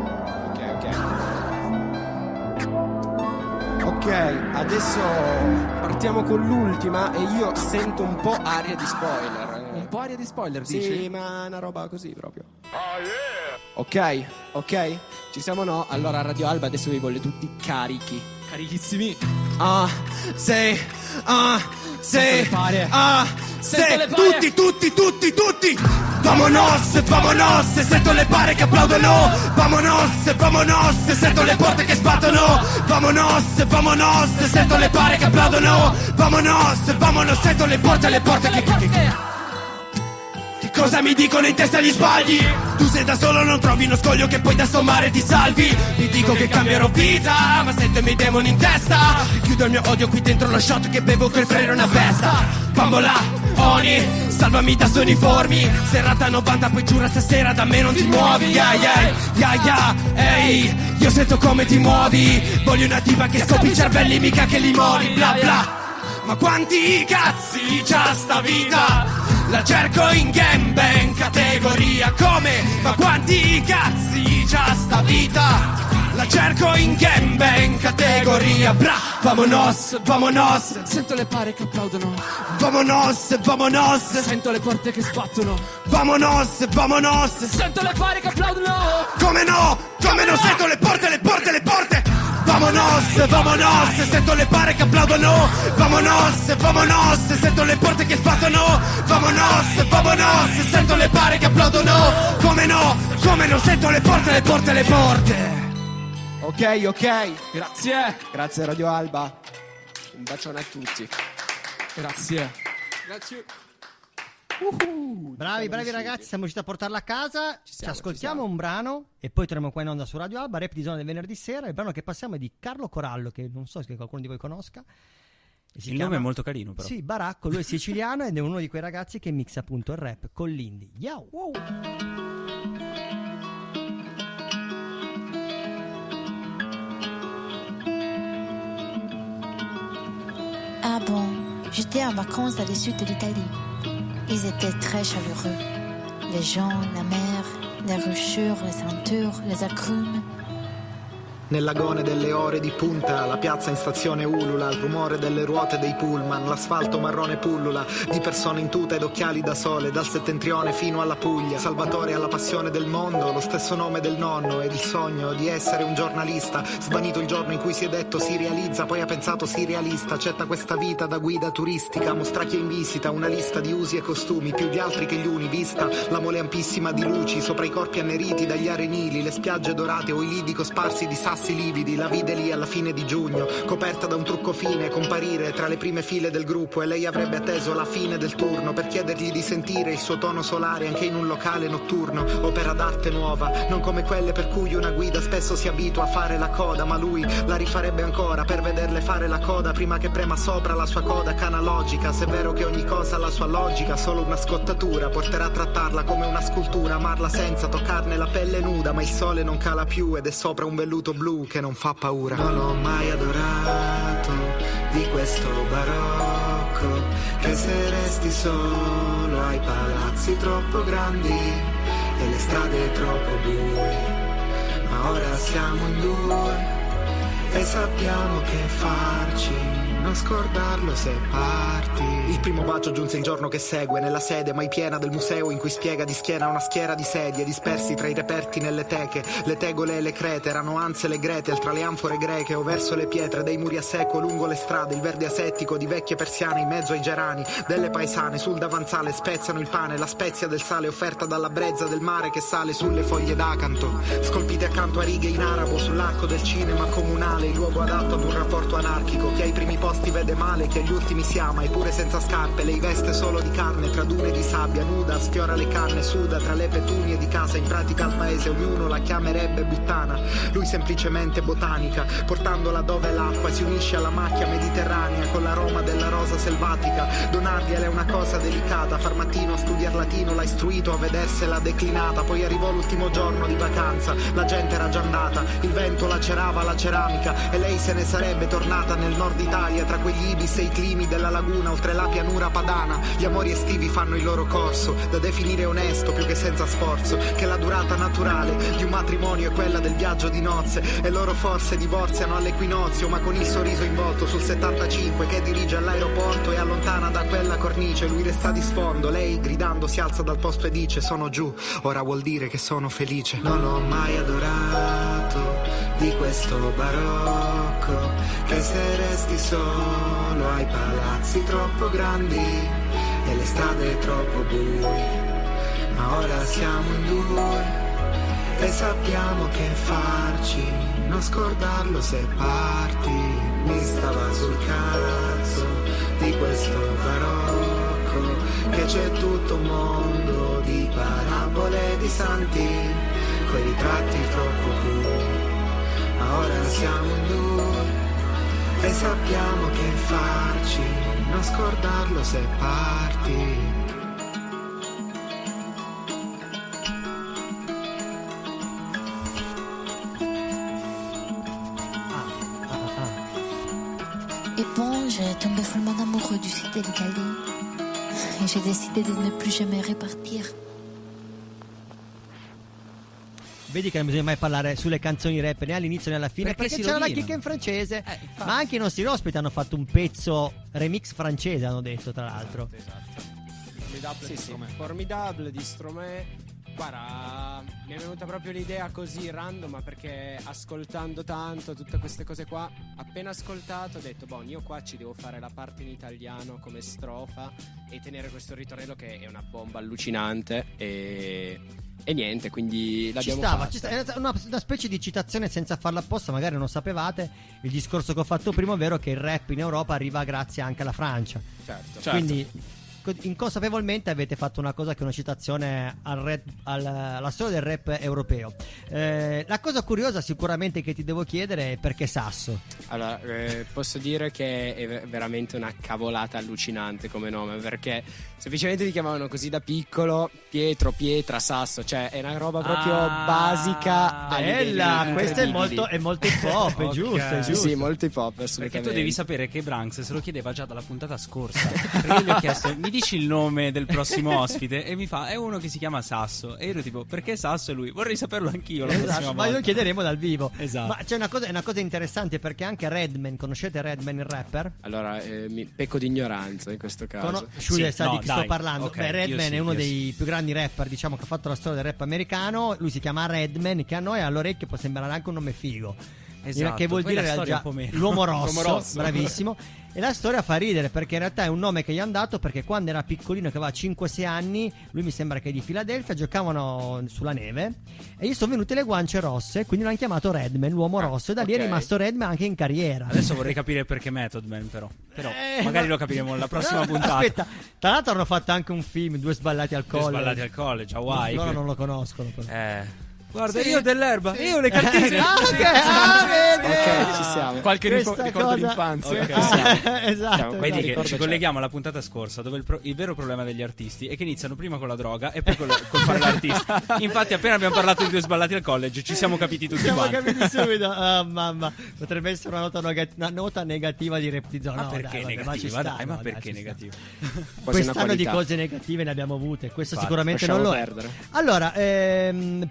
Ok, adesso partiamo con l'ultima e io sento un po' aria di spoiler. Un po' aria di spoiler, sì, dici? Sì, ma una roba così proprio. Ok, ok, ci siamo no? Allora Radio Alba adesso vi voglio tutti carichi. Carichissimi. Sì, tutti. Vamonos, vamonos, sento le pare che applaudono. Vamonos, vamonos, sento le porte che sbattono. Vamonos, vamonos, sento le pare che applaudono. Vamonos, vamonos, sento le porte che cosa mi dicono in testa gli sbagli? Tu sei da solo, non trovi uno scoglio che poi da sommare ti salvi. Vi dico che cambierò vita, ma sento i miei demoni in testa. Chiudo il mio odio qui dentro lo shot che bevo col freno una festa. Bambola, Oni, salvami da suoni formi. Serata 90, poi giura stasera da me non ti muovi. Yeah, ehi, io sento come ti muovi. Voglio una tipa che scopi i cervelli, mica che li muovi. Bla bla. Ma quanti cazzi c'ha sta vita? La cerco in gang categoria come? Ma quanti cazzi c'ha sta vita? La cerco in gang categoria. Bra, vamonos, vamonos. Sento le pare che applaudono. Vamonos, vamonos. Sento le porte che sbattono. Vamonos, vamonos. Sento le pare che applaudono. Come no? Sento le porte. Vamonos, vamonos, sento le pare che applaudono. Vamonos, vamonos, sento le porte che sbattono. Vamonos, vamonos, sento le pare che applaudono. Come no, sento le porte. Ok. Grazie Radio Alba. Un bacione a tutti. Grazie. Bravi ragazzi, siamo riusciti a portarla a casa. Ci ascoltiamo un brano e poi torniamo qua in onda su Radio Alba, Rap di Zona del venerdì sera. Il brano che passiamo è di Carlo Corallo, che non so se qualcuno di voi conosca. Il nome è molto carino, però. Sì, Baracco, lui è siciliano ed è uno di quei ragazzi che mixa appunto il rap con l'indie. Yo! Wow. Ah bon, j'étais en vacances dans le sud de l'Italie. Ils étaient très chaleureux. Les gens, la mer, les rochures, les ceintures, les agrumes. Nell'agone delle ore di punta, la piazza in stazione ulula, il rumore delle ruote dei pullman, l'asfalto marrone pullula, di persone in tuta ed occhiali da sole, dal settentrione fino alla Puglia. Salvatore ha la passione del mondo, lo stesso nome del nonno, ed il sogno di essere un giornalista. Svanito il giorno in cui si è detto si realizza, poi ha pensato si realista. Accetta questa vita da guida turistica, mostra chi è in visita, una lista di usi e costumi, più di altri che gli uni, vista la mole ampissima di luci, sopra i corpi anneriti dagli arenili, le spiagge dorate o i lidi cosparsi di sassi lividi. La vide lì alla fine di giugno, coperta da un trucco fine, comparire tra le prime file del gruppo, e lei avrebbe atteso la fine del turno per chiedergli di sentire il suo tono solare anche in un locale notturno. Opera d'arte nuova, non come quelle per cui una guida spesso si abitua a fare la coda, ma lui la rifarebbe ancora per vederle fare la coda prima che prema sopra la sua coda canalogica. Se è vero che ogni cosa ha la sua logica, solo una scottatura porterà a trattarla come una scultura, amarla senza toccarne la pelle nuda, ma il sole non cala più ed è sopra un velluto blu che non fa paura. Non ho mai adorato di questo barocco, che se resti solo ai palazzi troppo grandi e le strade troppo bue, ma ora siamo in due e sappiamo che farci non scordarlo se parti. Il primo bacio giunse il giorno che segue, nella sede mai piena del museo in cui spiega di schiena una schiera di sedie dispersi tra i reperti nelle teche. Le tegole e le crete erano anse le Gretel tra le anfore greche o verso le pietre dei muri a secco lungo le strade. Il verde asettico di vecchie persiane in mezzo ai gerani delle paesane sul davanzale spezzano il pane, la spezia del sale offerta dalla brezza del mare che sale sulle foglie d'acanto, scolpite accanto a righe in arabo sull'arco del cinema comunale, il luogo adatto ad un rapporto anarchico. Chi ai primi posti vede male, chi agli ultimi si ama, eppure senza scarpe, lei veste solo di carne tra dune di sabbia, nuda, sfiora le canne, suda tra le petunie di casa, in pratica al paese ognuno la chiamerebbe buttana, lui semplicemente botanica, portandola dove l'acqua si unisce alla macchia mediterranea con l'aroma della rosa selvatica. Donargliela è una cosa delicata, far mattino a studiar latino l'ha istruito a vedersela declinata, poi arrivò l'ultimo giorno di vacanza, la gente era già andata, il vento lacerava la ceramica e lei se ne sarebbe tornata nel nord Italia tra quegli ibis e i climi della laguna oltre la pianura padana. Gli amori estivi fanno il loro corso, da definire onesto più che senza sforzo, che la durata naturale di un matrimonio è quella del viaggio di nozze, e loro forse divorziano all'equinozio, ma con il sorriso in volto sul 75 che dirige all'aeroporto e allontana da quella cornice. Lui resta di sfondo, lei gridando si alza dal posto e dice sono giù, ora vuol dire che sono felice. Non ho mai adorato di questo barocco, che se resti solo ai palazzi troppo grandi e le strade troppo buie, ma ora siamo in due e sappiamo che farci, non scordarlo se parti. Mi stava sul cazzo di questo barocco, che c'è tutto un mondo di parabole di santi, quei ritratti troppo bui, ma ora siamo in due e sappiamo che farci, non scordarlo se parti. Et bon, j'ai tombé follement amoureux du sud de l'Italie. Et j'ai décidé de ne plus jamais repartir. Vedi che non bisogna mai parlare sulle canzoni rap né all'inizio né alla fine, perché si c'era la rovinano. chicca in francese. Ma anche i nostri ospiti hanno fatto un pezzo remix francese, hanno detto, tra l'altro. Formidable di Stromae. Formidable di Stromae. Guarda, mi è venuta proprio l'idea così random, perché ascoltando tanto tutte queste cose qua, appena ascoltato ho detto boh, io qua ci devo fare la parte in italiano come strofa e tenere questo ritornello che è una bomba allucinante e niente, quindi l'abbiamo fatta. Ci stava, è una specie di citazione senza farla apposta, magari non sapevate il discorso che ho fatto prima, ovvero che il rap in Europa arriva grazie anche alla Francia. Certo. Quindi inconsapevolmente avete fatto una cosa che è una citazione alla storia del rap europeo. La cosa curiosa sicuramente che ti devo chiedere è perché Sasso? Allora, posso dire che è veramente una cavolata allucinante come nome, perché semplicemente ti chiamavano così da piccolo, Pietro, Pietra, Sasso, cioè è una roba proprio basica. Bella, questo è molto hip hop, è giusto, è giusto. Sì, molto hip hop, Perché assolutamente. tu devi sapere che Branks se lo chiedeva già dalla puntata scorsa. Perché gli ho chiesto, mi dici il nome del prossimo ospite? E mi fa, è uno che si chiama Sasso. E io ero tipo, perché Sasso? E lui, vorrei saperlo anch'io la prossima volta. Ma lo chiederemo dal vivo. Esatto. Ma c'è è una cosa interessante, perché anche Redman, conoscete Redman il rapper? Allora, mi pecco di ignoranza in questo caso. Sciude, sa di chi sto dai, parlando. okay, Redman sì, è uno io dei sì. più grandi rapper, diciamo, che ha fatto la storia del rap americano. Lui si chiama Redman, che a noi all'orecchio può sembrare anche un nome figo. Esatto, Che vuol poi dire la storia già un po' meno. l'uomo rosso, L'uomo rosso. bravissimo. E la storia fa ridere, perché in realtà è un nome che gli hanno dato perché quando era piccolino, che aveva 5-6 anni, lui mi sembra che è di Filadelfia, giocavano sulla neve e gli sono venute le guance rosse, quindi l'hanno chiamato Redman, l'uomo rosso, e da lì è ok. rimasto Redman anche in carriera. Adesso vorrei capire perché Method Man, però magari lo capiremo alla prossima puntata. Aspetta, tra l'altro hanno fatto anche un film, Due sballati al Due college. sballati al college, Hawaii. Loro non lo conoscono però. Guarda, io dell'erba, io le cartine. Vedi? Ok, ci siamo. Qualche Questa ricordo cosa- d'infanzia. Ok, siamo. Esatto. Vedi che ricordo ci c'è. colleghiamo alla puntata scorsa, dove il vero problema degli artisti è che iniziano prima con la droga e poi col fare l'artista. Infatti, appena abbiamo parlato di Due sballati al college, ci siamo capiti tutti Siamo quanti. capiti subito. Ah, mamma, potrebbe essere una nota negativa di Reptizona. Ma perché negativa? Dai, ma perché negativa? Quasi una Quest'anno di qualità. cose negative ne abbiamo avute. Questo Infatti, sicuramente lasciamo non lo è. perdere. Allora, prima ho detto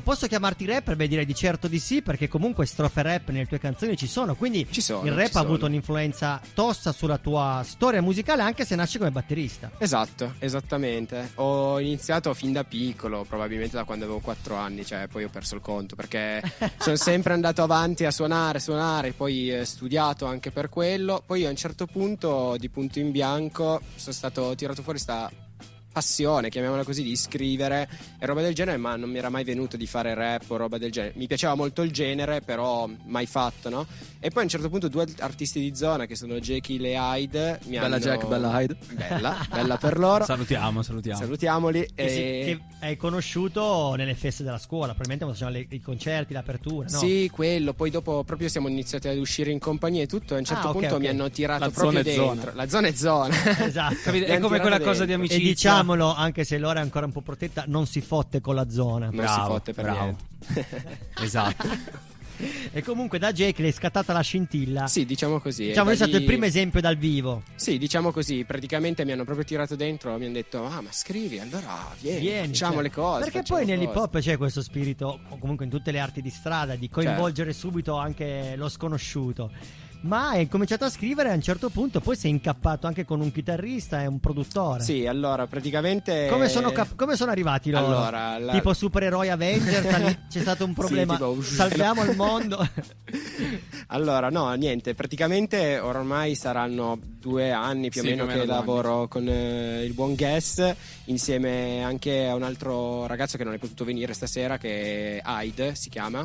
posso chiamarti rapper? Beh, direi di certo di sì, perché comunque strofe rap nelle tue canzoni ci sono, quindi il rap ha avuto un'influenza tosta sulla tua storia musicale, anche se nasce come batterista. Esatto, esattamente. Ho iniziato fin da piccolo, probabilmente da quando avevo 4 anni, cioè poi ho perso il conto, perché sono sempre andato avanti a suonare, poi studiato anche per quello. Poi a un certo punto, di punto in bianco, sono stato tirato fuori sta passione, chiamiamola così, di scrivere e roba del genere, ma non mi era mai venuto di fare rap o roba del genere. Mi piaceva molto il genere, però mai fatto, no? E poi a un certo punto 2 artisti di zona, che sono Jekyll e Hyde, bella Jack, bella Hyde, bella per loro. Salutiamoli. Che hai conosciuto nelle feste della scuola, probabilmente quando facevano i concerti, l'apertura, no? Sì, quello. Poi dopo proprio siamo iniziati ad uscire in compagnia e tutto. A un certo punto mi hanno tirato proprio dentro. La zona è zona. Esatto. È come quella cosa di amicizia. E diciamolo, anche se Lora è ancora un po' protetta, non si fotte con la zona. Non si fotte per niente. Esatto. E comunque da Jake è scattata la scintilla. Sì, diciamo così. Diciamo è stato il primo esempio dal vivo. Sì, diciamo così. Praticamente mi hanno proprio tirato dentro. Mi hanno detto: ma scrivi, allora vieni facciamo le cose. Perché poi nell'hip hop c'è questo spirito, o comunque in tutte le arti di strada, di coinvolgere subito anche lo sconosciuto. Ma hai cominciato a scrivere a un certo punto, poi sei incappato anche con un chitarrista e un produttore. Sì, allora praticamente come sono arrivati loro? Allora, tipo supereroi Avengers, c'è stato un problema, sì, salviamo il mondo. Allora, no, niente, praticamente ormai saranno 2 anni più o meno che lavoro con il buon Guess, insieme anche a un altro ragazzo che non è potuto venire stasera, che è Hyde si chiama,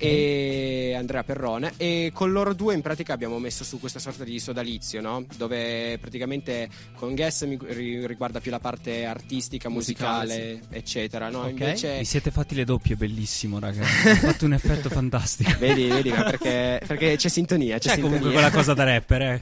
e Andrea Perrone, e con loro 2 in pratica abbiamo messo su questa sorta di sodalizio, no? Dove praticamente con Guess mi riguarda più la parte artistica, musicale eccetera, no? Invece vi siete fatti le doppie, bellissimo, ragazzi. Ha fatto un effetto fantastico. Vedi, ma perché c'è sintonia, c'è comunque quella cosa da rapper,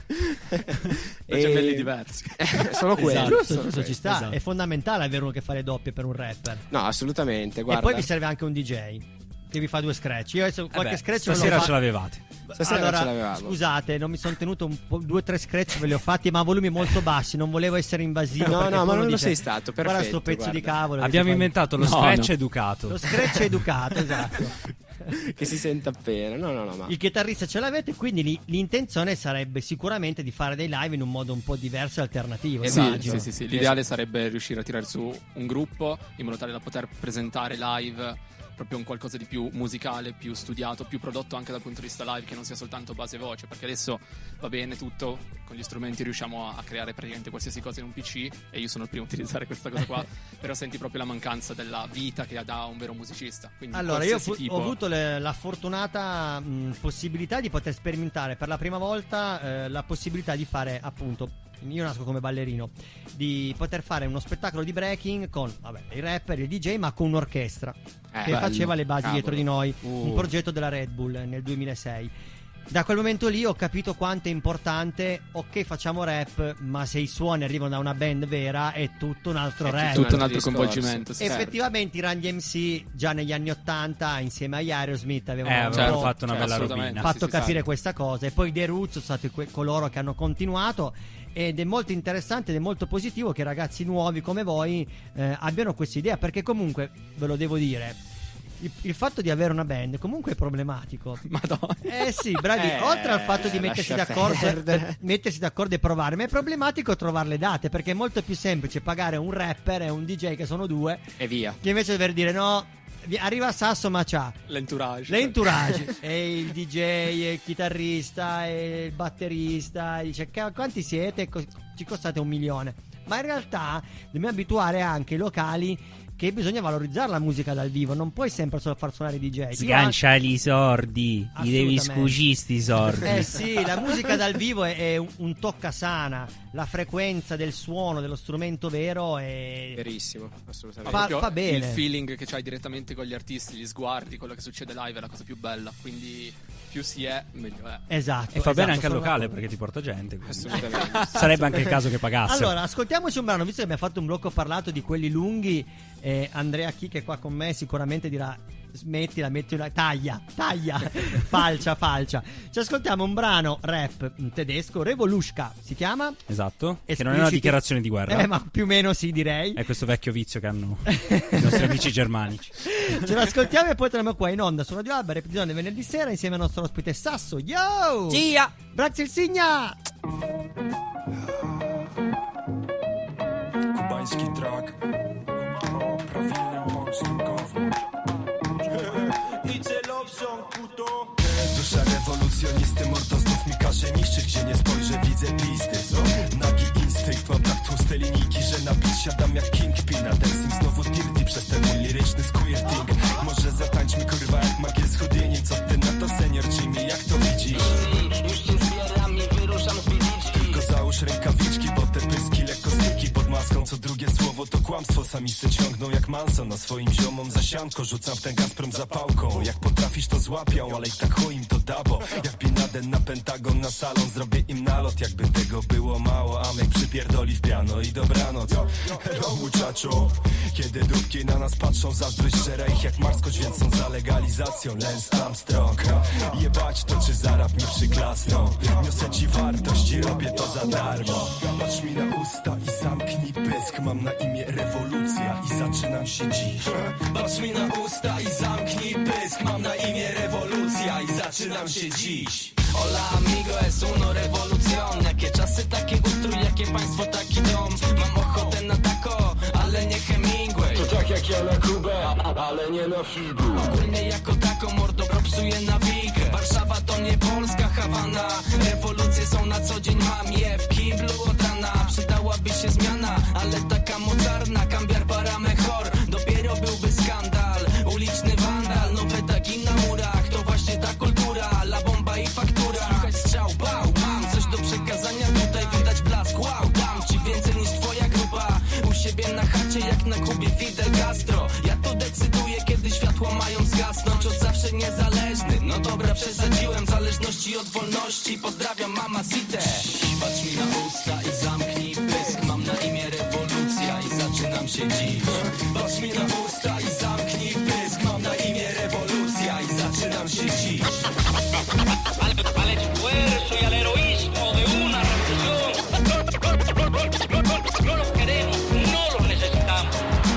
gemelli diversi. Solo quello. Giusto, ci sta. Esatto. È fondamentale avere uno che fa le doppie per un rapper. No, assolutamente, guarda. E poi vi serve anche un DJ che vi fa 2 scratch. Io adesso qualche scratch stasera ce l'avevate. Allora, ce l'avevamo. Scusate, non mi sono tenuto 2-3 scratch, ve li ho fatti, ma a volumi molto bassi. Non volevo essere invasivo. No, ma non lo sei stato. Perfetto. Guarda sto pezzo di cavolo. Abbiamo inventato lo scratch educato. Lo scratch educato, esatto. Che si sente appena. No, ma il chitarrista ce l'avete, quindi l'intenzione sarebbe sicuramente di fare dei live in un modo un po' diverso e alternativo. Sì. L'ideale sarebbe riuscire a tirare su un gruppo in modo tale da poter presentare live proprio un qualcosa di più musicale, più studiato, più prodotto anche dal punto di vista live, che non sia soltanto base voce, perché adesso va bene tutto, con gli strumenti riusciamo a creare praticamente qualsiasi cosa in un PC, e io sono il primo a utilizzare questa cosa qua, però senti proprio la mancanza della vita che dà un vero musicista. Quindi allora io ho avuto la fortunata possibilità di poter sperimentare per la prima volta la possibilità di fare, appunto, io nasco come ballerino, di poter fare uno spettacolo di breaking con i rapper, il DJ, ma con un'orchestra che faceva le basi dietro di noi, un progetto della Red Bull nel 2006. Da quel momento lì ho capito quanto è importante, ok, facciamo rap, ma se i suoni arrivano da una band vera è tutto un altro rap, tutto un altro coinvolgimento. Effettivamente i Run DMC già negli anni 80 insieme agli Aerosmith avevano fatto una bella robina, fatto capire questa cosa, e poi The Roots sono stati coloro che hanno continuato, ed è molto interessante ed è molto positivo che ragazzi nuovi come voi abbiano questa idea, perché comunque ve lo devo dire, il fatto di avere una band comunque è problematico. Madonna. Sì, bravi. Oltre al fatto di mettersi d'accordo e provare, ma è problematico trovare le date, perché è molto più semplice pagare un rapper e un DJ che sono 2 e via, che invece dover dire no, arriva Sasso ma c'ha l'entourage e il DJ e il chitarrista e il batterista, e dice quanti siete? Ci costate $1 milione. Ma in realtà dobbiamo abituare anche i locali che bisogna valorizzare la musica dal vivo, non puoi sempre solo far suonare i DJ. Sganciali i sordi, li devi scucisti i sordi. Sì, la musica dal vivo è un toccasana, la frequenza del suono dello strumento vero è verissimo, assolutamente. Fa bene. Il feeling che c'hai direttamente con gli artisti, gli sguardi, quello che succede live è la cosa più bella, quindi più si è meglio è. Esatto. E fa bene anche al locale, perché ti porta gente. Assolutamente. Sarebbe anche il caso che pagasse. Allora, ascoltiamoci un brano, visto che abbiamo fatto un blocco parlato di quelli lunghi. Andrea Chi, che è qua con me, sicuramente dirà smettila, metti una taglia, falcia. Ci ascoltiamo un brano rap tedesco, Revolushka si chiama. Esatto, che non è una dichiarazione di guerra. Ma più o meno sì, direi. È questo vecchio vizio che hanno i nostri amici germanici. Ce l'ascoltiamo e poi torniamo qua in onda su Radio Alba, ripetizione venerdì sera insieme al nostro ospite Sasso. Yo! Cia! Grazie il Signa! Kubański track. Prawilnym polskim gównem. I celowcą kuto. Dusza rewolucjonisty, mordo znów mi każe niszczyć. Gdzie nie spojrzę, widzę pizdy. Nagi instynkt, mam tak tłuste linijki, że na bit siadam jak Kingpin. A dancing znowu dirty przez ten mój liryczny squirting. Może zatańczmy kurwa jak magier z chudyni. Co ty na to, senior Jimmy, jak to widzisz? Już się zbieram i wyruszam z biliczki. Tylko załóż rękawiczki, bo te pyski lekko styki pod maską. Co drugie słowo to kłamstwo. Sami se ciągną jak Manson. Na swoim ziomom zasianko rzucam w ten Gazprom zapałką. Jak potrafisz to złapią, ale i tak chuj im to dabo. Jak Bin Laden na Pentagon, na salon zrobię im nalot. Jakby tego było mało, Amek przypierdoli w piano i dobranoc. Hello muchacho. Kiedy dupki na nas patrzą, zazdrość żera ich jak marskość, więc są za legalizacją. Lance Armstrong. Jebać to, czy za rap mi przyklasną. Niosę ci wartość i robię to za darmo. Patrz mi na usta i zamknij pysk. Mam na imię rewolucja i zaczynam się dziś. Patrz mi na usta i zamknij pysk. Mam na imię rewolucja i zaczynam się dziś. Hola amigo, es uno revolución. Jakie czasy, takie ustrój, jakie państwo, taki dom. Mam ochotę na tako, ale nie Hemingway. To tak jak ja na Kubę, ale nie na figu. Ogólnie jako tako mordo propsuje na wigę. Warszawa to nie Polska Hawana. Rewolucje są na co dzień, mam je w kiblu od rana. Przydałaby się zmiana, ale taka mocarna. Cambiar para mejor, dopiero byłby skandal. Uliczny wandal, nowe tagi na murach. To właśnie ta kultura, la bomba i faktura. Słuchać strzał, bał, mam coś do przekazania. Tutaj widać blask, wow, dam ci więcej niż twoja grupa. U siebie na chacie jak na Kubie Fidel Castro. Ja tu decyduję, kiedy światła mają zgasnąć. Od zawsze niezależny, no dobra, przesadziłem. W zależności od wolności, pozdrawiam mamacitę. Patrz mi na usta i zamknij pysk. Mam na imię rewolucja i zaczynam się dziś. Patrz mi na usta i zamknij pysk. Mam na imię rewolucja i zaczynam się dziś. Al esfuerzo y al heroísmo de una revolución. No los queremos, no los necesitamos.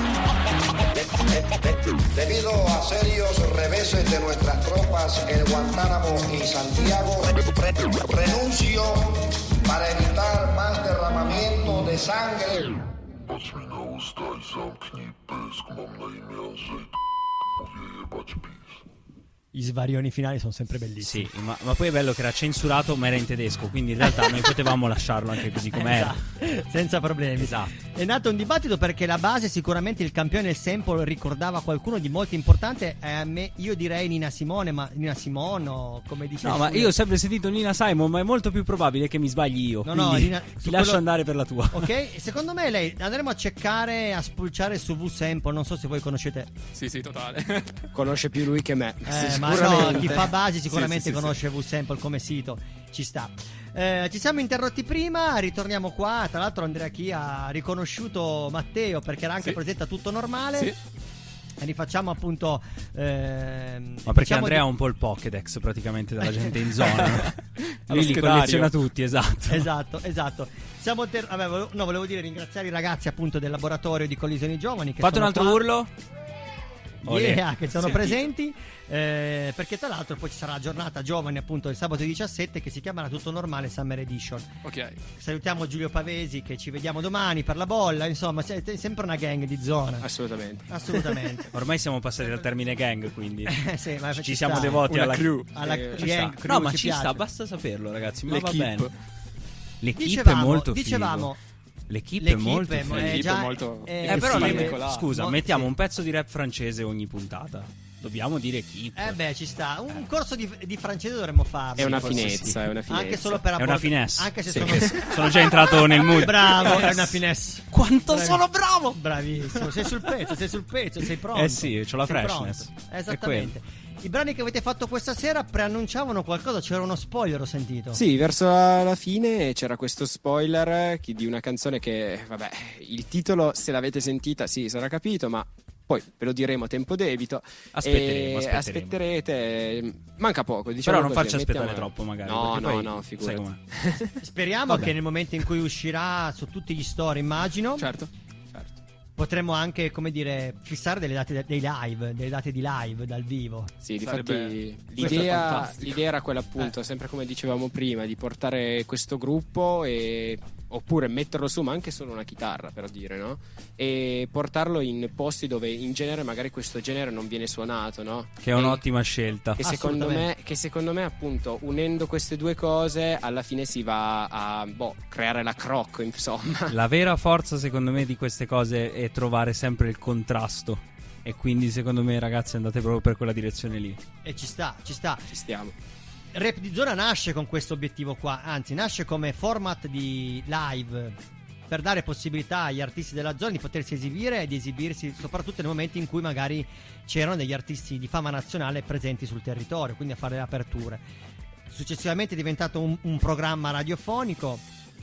Debido a serios reveses de nuestras tropas en Guantánamo y Santiago, renuncio para evitar más derramamiento de sangre. Patrz mi na usta i zamknij pysk. Mam na imię Andrzej. Mówię jebać PiS. I svarioni finali sono sempre bellissimi. Sì, ma poi è bello che era censurato ma era in tedesco, quindi in realtà noi potevamo lasciarlo anche così com'era. Esatto, senza problemi. Esatto. È nato un dibattito perché la base, sicuramente il campione del sample ricordava qualcuno di molto importante. A me, io direi Nina Simone, ma Nina Simone o come dice. No, ma io ho sempre sentito Nina Simon, ma è molto più probabile che mi sbagli io. No, Nina, Nina, ti lascio andare per la tua. Ok, secondo me lei andremo a cercare, a spulciare su V-Sample. Non so se voi conoscete. Sì, totale. Conosce più lui che me. Ma no, chi fa basi sicuramente sì, conosce V-Sample come sito. Ci sta. Ci siamo interrotti prima, ritorniamo qua. Tra l'altro Andrea Chi ha riconosciuto Matteo perché era anche presente a Tutto Normale. Sì. E rifacciamo appunto ma perché diciamo Andrea ha un po' il Pokédex praticamente della gente in zona. Lui li schedario. colleziona tutti, esatto. Esatto. Volevo dire ringraziare i ragazzi appunto del laboratorio di Collisioni Giovani che Fate un sono altro qua. urlo. Che sono presenti perché tra l'altro poi ci sarà la giornata giovani appunto il sabato 17 che si chiamerà Tutto Normale Summer Edition. Ok. Salutiamo Giulio Pavesi che ci vediamo domani per la bolla, insomma siete sempre una gang di zona. Assolutamente. Ormai siamo passati dal termine gang, quindi sì, ma ci siamo devoti alla crew. Alla gang crew. No, ma ci piace. sta, basta saperlo, ragazzi, ma va L'equipe. bene. L'equipe è molto figo. Dicevamo L'equipe è molto figo. L'equipe è molto però particolare. scusa, mettiamo un pezzo di rap francese ogni puntata. Dobbiamo dire equipe. Beh, ci sta. Un corso di francese dovremmo farlo. È una finezza, è una finezza. Anche solo per È una finesse. Anche se sono già entrato nel mood. Bravo, è una finesse. Quanto sono bravo! Bravissimo. Sei sul pezzo, sei pronto. Sì, c'ho la Sei freshness. pronto. Esattamente. I brani che avete fatto questa sera preannunciavano qualcosa, c'era uno spoiler, ho sentito. Sì, verso la fine c'era questo spoiler di una canzone che, vabbè, il titolo, se l'avete sentita, sì, sarà capito, ma poi ve lo diremo a tempo debito. Aspetterete. Manca poco, diciamo. Però non così, farci aspettare mettiamo... troppo, magari. No, figurati. Speriamo che nel momento in cui uscirà su tutti gli store, immagino, certo, potremmo anche, come dire, fissare delle date dei live, delle date di live dal vivo. Sì, difatti l'idea era quella, appunto, sempre come dicevamo prima, di portare questo gruppo oppure metterlo su, ma anche solo una chitarra, per dire, no? E portarlo in posti dove in genere magari questo genere non viene suonato, no? Che è un'ottima scelta. Che secondo me, appunto, unendo queste due cose, alla fine si va a creare la croc, insomma. La vera forza, secondo me, di queste cose è trovare sempre il contrasto. E quindi, secondo me, ragazzi, andate proprio per quella direzione lì. E ci sta. Ci stiamo. Rap di Zona nasce con questo obiettivo qua, anzi nasce come format di live per dare possibilità agli artisti della zona di potersi esibire e di esibirsi soprattutto nei momenti in cui magari c'erano degli artisti di fama nazionale presenti sul territorio, quindi a fare le aperture. Successivamente è diventato un programma radiofonico,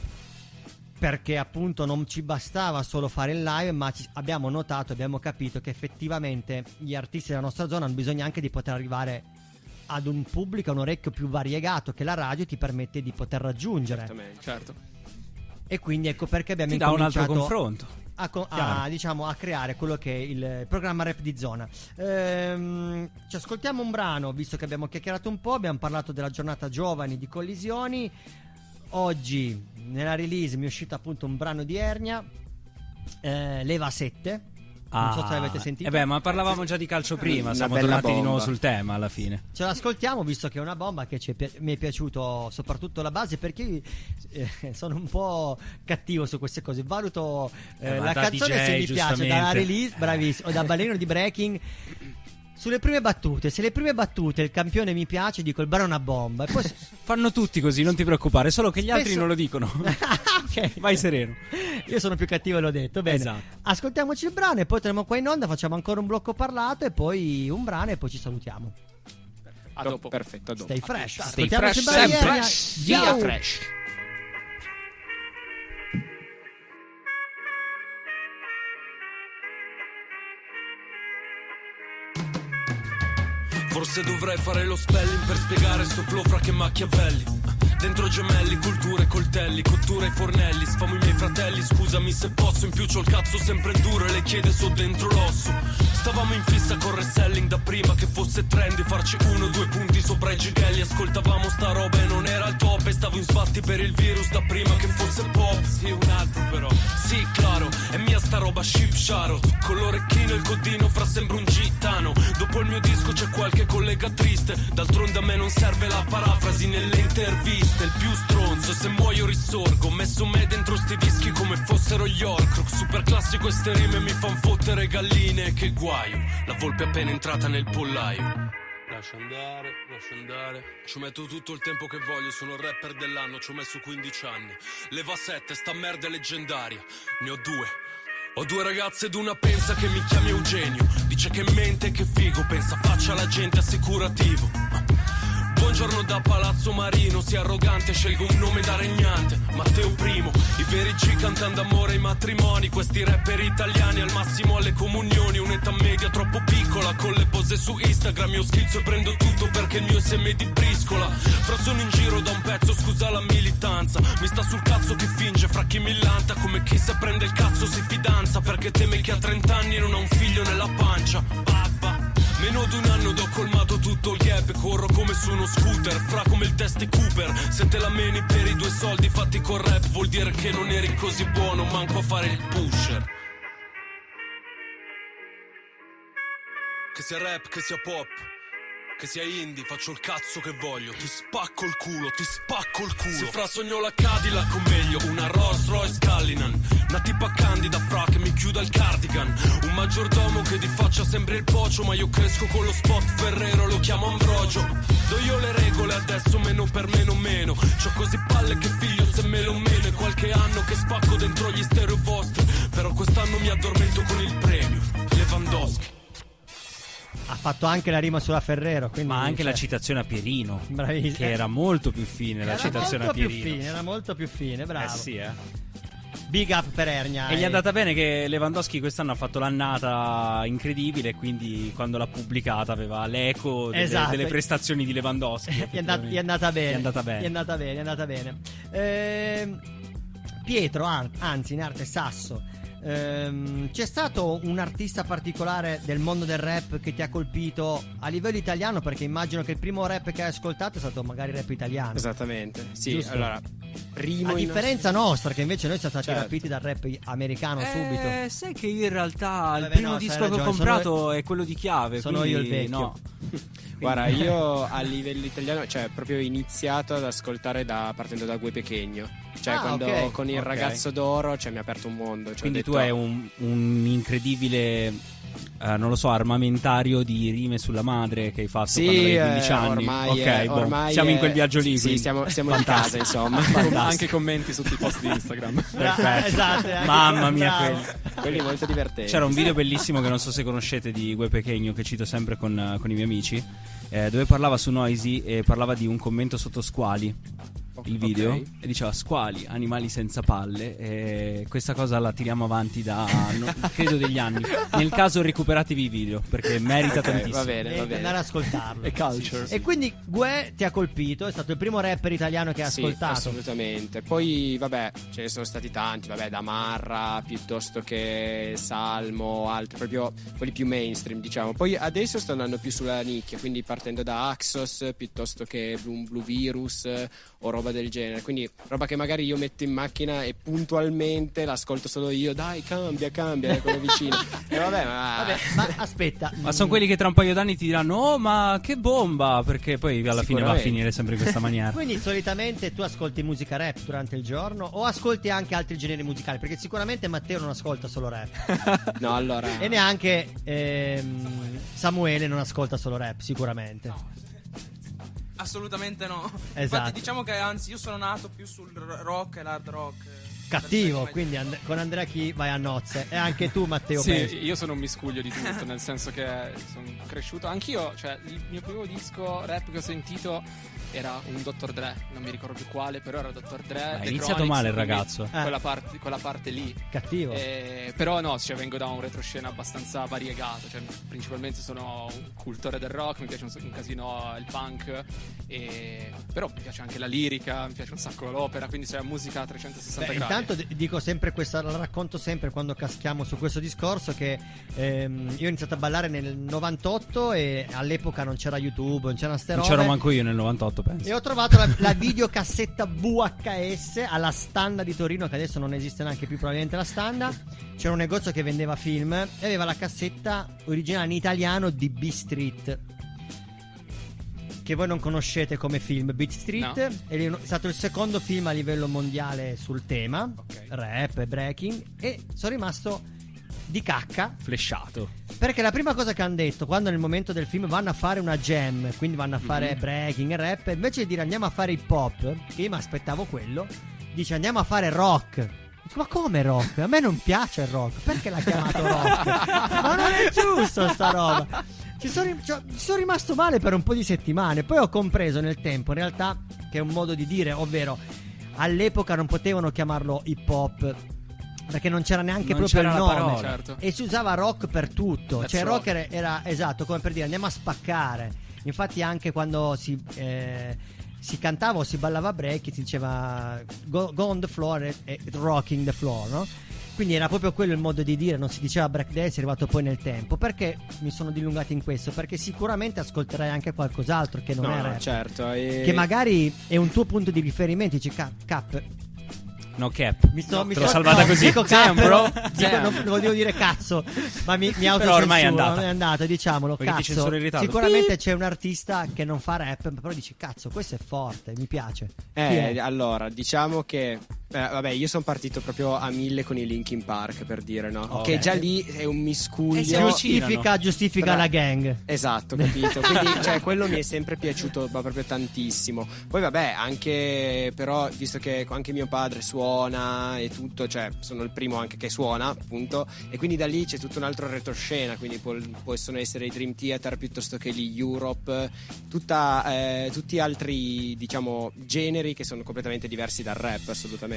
perché appunto non ci bastava solo fare il live, ma abbiamo capito che effettivamente gli artisti della nostra zona hanno bisogno anche di poter arrivare ad un pubblico, a un orecchio più variegato che la radio ti permette di poter raggiungere. Certamente, certo. E quindi ecco perché abbiamo dà un altro incominciato confronto a creare quello che è il programma Rap di Zona. Ci ascoltiamo un brano, visto che abbiamo chiacchierato un po', abbiamo parlato della giornata giovani di Collisioni. Oggi nella release mi è uscito appunto un brano di Ernia, Leva 7. Non so se l'avete sentito. Ma parlavamo già di calcio prima. Siamo tornati di nuovo sul tema alla fine. Ce l'ascoltiamo, visto che è una bomba che mi è piaciuto soprattutto la base, perché io sono un po' cattivo su queste cose. Valuto la canzone DJ, se mi piace dalla release, bravissimo, o da ballerino di breaking. Sulle prime battute, se le prime battute il campione mi piace, dico il brano è una bomba. E poi fanno tutti così, non ti preoccupare, solo che gli altri non lo dicono. Okay. Vai sereno. Io sono più cattivo e l'ho detto. Bene. Esatto. Ascoltiamoci il brano e poi torniamo qua in onda, facciamo ancora un blocco parlato e poi un brano e poi ci salutiamo. A dopo. Perfetto, a dopo. Stay fresh. Stay fresh, sempre via fresh. Forse dovrei fare lo spelling per spiegare sto flow fra che Machiavelli. Dentro gemelli, culture, coltelli, cottura ai fornelli. Sfamo i miei fratelli, scusami se posso. In più c'ho il cazzo sempre duro e le chiede so dentro l'osso. Stavamo in fissa con reselling da prima che fosse trendy. Farci 1-2 punti sopra i gighelli. Ascoltavamo sta roba e non era il top. E stavo in sbatti per il virus da prima che fosse pop. Sì, un altro però. Sì, claro, è mia sta roba ship sharot. Con l'orecchino e il codino fra sembra un gitano. Dopo il mio disco c'è qualche collega triste. D'altronde a me non serve la parafrasi nelle interviste. Il più stronzo, se muoio risorgo. Messo me dentro sti dischi come fossero gli Horcrux. Super classico e ste rime mi fan fottere galline. Che guaio, la volpe è appena entrata nel pollaio. Lascia andare. Ci metto tutto il tempo che voglio. Sono il rapper dell'anno, ci ho messo 15 anni. Leva 7, sta merda è leggendaria. Ne ho 2. Ho 2 ragazze ed una pensa che mi chiami Eugenio. Dice che mente e che figo, pensa faccia la gente assicurativo. Buongiorno da Palazzo Marino, sia arrogante, scelgo un nome da regnante. Matteo Primo, i veri G cantando amore ai matrimoni. Questi rapper italiani al massimo alle comunioni. Un'età media troppo piccola, con le pose su Instagram. Io schizzo e prendo tutto perché il mio SM di briscola. Fra sono in giro da un pezzo, scusa la militanza. Mi sta sul cazzo chi finge, fra chi millanta. Come chi se prende il cazzo si fidanza. Perché teme che a 30 anni non ha un figlio nella pancia. Babba. Meno di un anno ed ho colmato tutto il gap. Corro come su uno scooter, fra come il testi Cooper. Se te la meni per i 2 soldi fatti col rap, vuol dire che non eri così buono manco a fare il pusher. Che sia rap, che sia pop, che sia indie, faccio il cazzo che voglio. Ti spacco il culo, ti spacco il culo. Se fra sogno la Cadillac o meglio una Rolls Royce Cullinan. Una tipa candida fra che mi chiuda il cardigan. Un maggiordomo che di faccia sembra il pocio. Ma io cresco con lo spot Ferrero, lo chiamo Ambrogio. Do io le regole adesso meno per meno meno. C'ho così palle che figlio se me lo meno. E qualche anno che spacco dentro gli stereo vostri. Però quest'anno mi addormento con il premio Lewandowski. Ha fatto anche la rima sulla Ferrero, ma anche la citazione a Pierino. Bravissimo. Che era molto più fine. La citazione a Pierino era molto più fine, bravo. Sì, Big up per Ernia. E gli è andata bene che Lewandowski quest'anno ha fatto l'annata incredibile, quindi quando l'ha pubblicata aveva l'eco delle prestazioni di Lewandowski. Gli è andata bene. È andata bene. Gli è andata bene. Pietro, anzi in arte Sasso, c'è stato un artista particolare del mondo del rap che ti ha colpito a livello italiano? Perché immagino che il primo rap che hai ascoltato è stato magari rap italiano. Esattamente, sì. Giusto? Allora, primo a differenza nostra, che invece noi siamo stati Certo. rapiti dal rap americano subito. Sai che io in realtà il Vabbè, primo no, disco c'hai che ho ragione, comprato è quello di Chiave. sono quindi io il vecchio. No. Guarda, io a livello italiano, cioè proprio ho iniziato ad ascoltare partendo da Gue Pechegno. Cioè quando ok. con il Ok. ragazzo d'oro, cioè, mi ha aperto un mondo. Cioè, Quindi ho tu detto, hai un incredibile, non lo so, armamentario di rime sulla madre che hai fatto Sì, quando avevi 15 anni. ormai, Ok, siamo in quel viaggio lì. Sì, quindi. siamo in casa, insomma. Anche commenti sotto i post di Instagram. Perfetto. Esatto, Mamma mia, bravo. Quelli molto divertenti. C'era un video bellissimo che non so se conoscete di Gue Pechegno, che cito sempre con i miei amici, dove parlava su Noisy e parlava di un commento sotto Squali. Il video e diceva squali, animali senza palle, e questa cosa la tiriamo avanti da credo degli anni. Nel caso recuperatevi i video perché merita tantissimo. Va bene, va bene. Andare ad ascoltarlo. E culture. E quindi Gue ti ha colpito, è stato il primo rapper italiano che hai Sì, ascoltato. assolutamente. Poi vabbè, ce ne sono stati tanti, vabbè, da Marra piuttosto che Salmo, altri, proprio quelli più mainstream, diciamo. Poi adesso sto andando più sulla nicchia, quindi partendo da Axos piuttosto che Blue Virus o roba del genere, quindi roba che magari io metto in macchina e puntualmente l'ascolto solo io, dai cambia quello vicino. E vabbè, ma aspetta, Ma sono quelli che tra un paio d'anni ti diranno oh ma che bomba, perché poi alla fine va a Sicuramente. finire sempre in questa maniera. quindi solitamente tu ascolti musica rap durante il giorno o ascolti anche altri generi musicali? Perché sicuramente Matteo non ascolta solo rap. no, allora E neanche Samuele non ascolta solo rap, sicuramente. Assolutamente no. Esatto. Infatti diciamo che anzi io sono nato più sul rock e l'hard rock. Cattivo, quindi con Andrea Chi vai a nozze. E anche tu Matteo Sì, penso. io sono un miscuglio di tutto, nel senso che sono cresciuto anch'io, cioè il mio primo disco rap che ho sentito era un Dr. Dre, non mi ricordo più quale, però era Dr. Dre. Ha The iniziato Chronics, male il quindi ragazzo. Quella parte lì. Cattivo. Però no, cioè, vengo da un retroscena abbastanza variegato, cioè principalmente sono un cultore del rock, mi piace un casino il punk, però mi piace anche la lirica, mi piace un sacco l'opera, quindi c'è musica a 360 gradi. Intanto dico sempre questa, la racconto sempre quando caschiamo su questo discorso, che io ho iniziato a ballare nel 98 e all'epoca non c'era YouTube, non c'era ste Non robe. c'ero manco io nel 98, penso. E ho trovato la videocassetta VHS alla Standa di Torino, che adesso non esiste neanche più probabilmente la Standa. C'era un negozio che vendeva film e aveva la cassetta originale in italiano di Beat Street, che voi non conoscete come film. Beat Street è stato il secondo film a livello mondiale sul tema rap e breaking, e sono rimasto di cacca, Flashato, perché la prima cosa che hanno detto quando nel momento del film vanno a fare una jam, quindi vanno a fare breaking e rap, invece di dire andiamo a fare hip hop, che io mi aspettavo quello, dice andiamo a fare rock. Dico, ma come rock? A me non piace il rock, perché l'ha chiamato rock? Ma non è giusto sta roba. Ci sono rimasto male per un po' di settimane. Poi ho compreso nel tempo in realtà che è un modo di dire, ovvero all'epoca non potevano chiamarlo hip hop perché non c'era neanche Non proprio c'era il la nome, parola. Certo. e si usava rock per tutto. Let's Cioè rock. rock era esatto, come per dire andiamo a spaccare. Infatti anche quando si cantava o si ballava break si diceva go on the floor e rocking the floor, no? Quindi era proprio quello il modo di dire, non si diceva break dance, è arrivato poi nel tempo. Perché mi sono dilungato in questo? Perché sicuramente ascolterai anche qualcos'altro che non è rap, certo, che magari è un tuo punto di riferimento, dici cap. No cap. Te l'ho salvata così. Dico Jam, cap, bro. non volevo dire cazzo, ma mi Però autocensuro. ormai è andata. È andata, diciamolo. Perché ti Cazzo. censuro in ritardo. Sicuramente c'è un artista che non fa rap, però dici cazzo, questo è forte, mi piace. Chi è? Allora, diciamo che vabbè, io sono partito proprio a 1000 con i Linkin Park, per dire, no? Ok. Che già lì è un miscuglio. E giustifica la gang. Esatto, capito? Quindi cioè, quello mi è sempre piaciuto proprio tantissimo. Poi vabbè, anche però, visto che anche mio padre suona e tutto, cioè sono il primo anche che suona, appunto, e quindi da lì c'è tutto un altro retroscena, quindi possono essere i Dream Theater piuttosto che gli Europe, tutti altri, diciamo, generi che sono completamente diversi dal rap, assolutamente.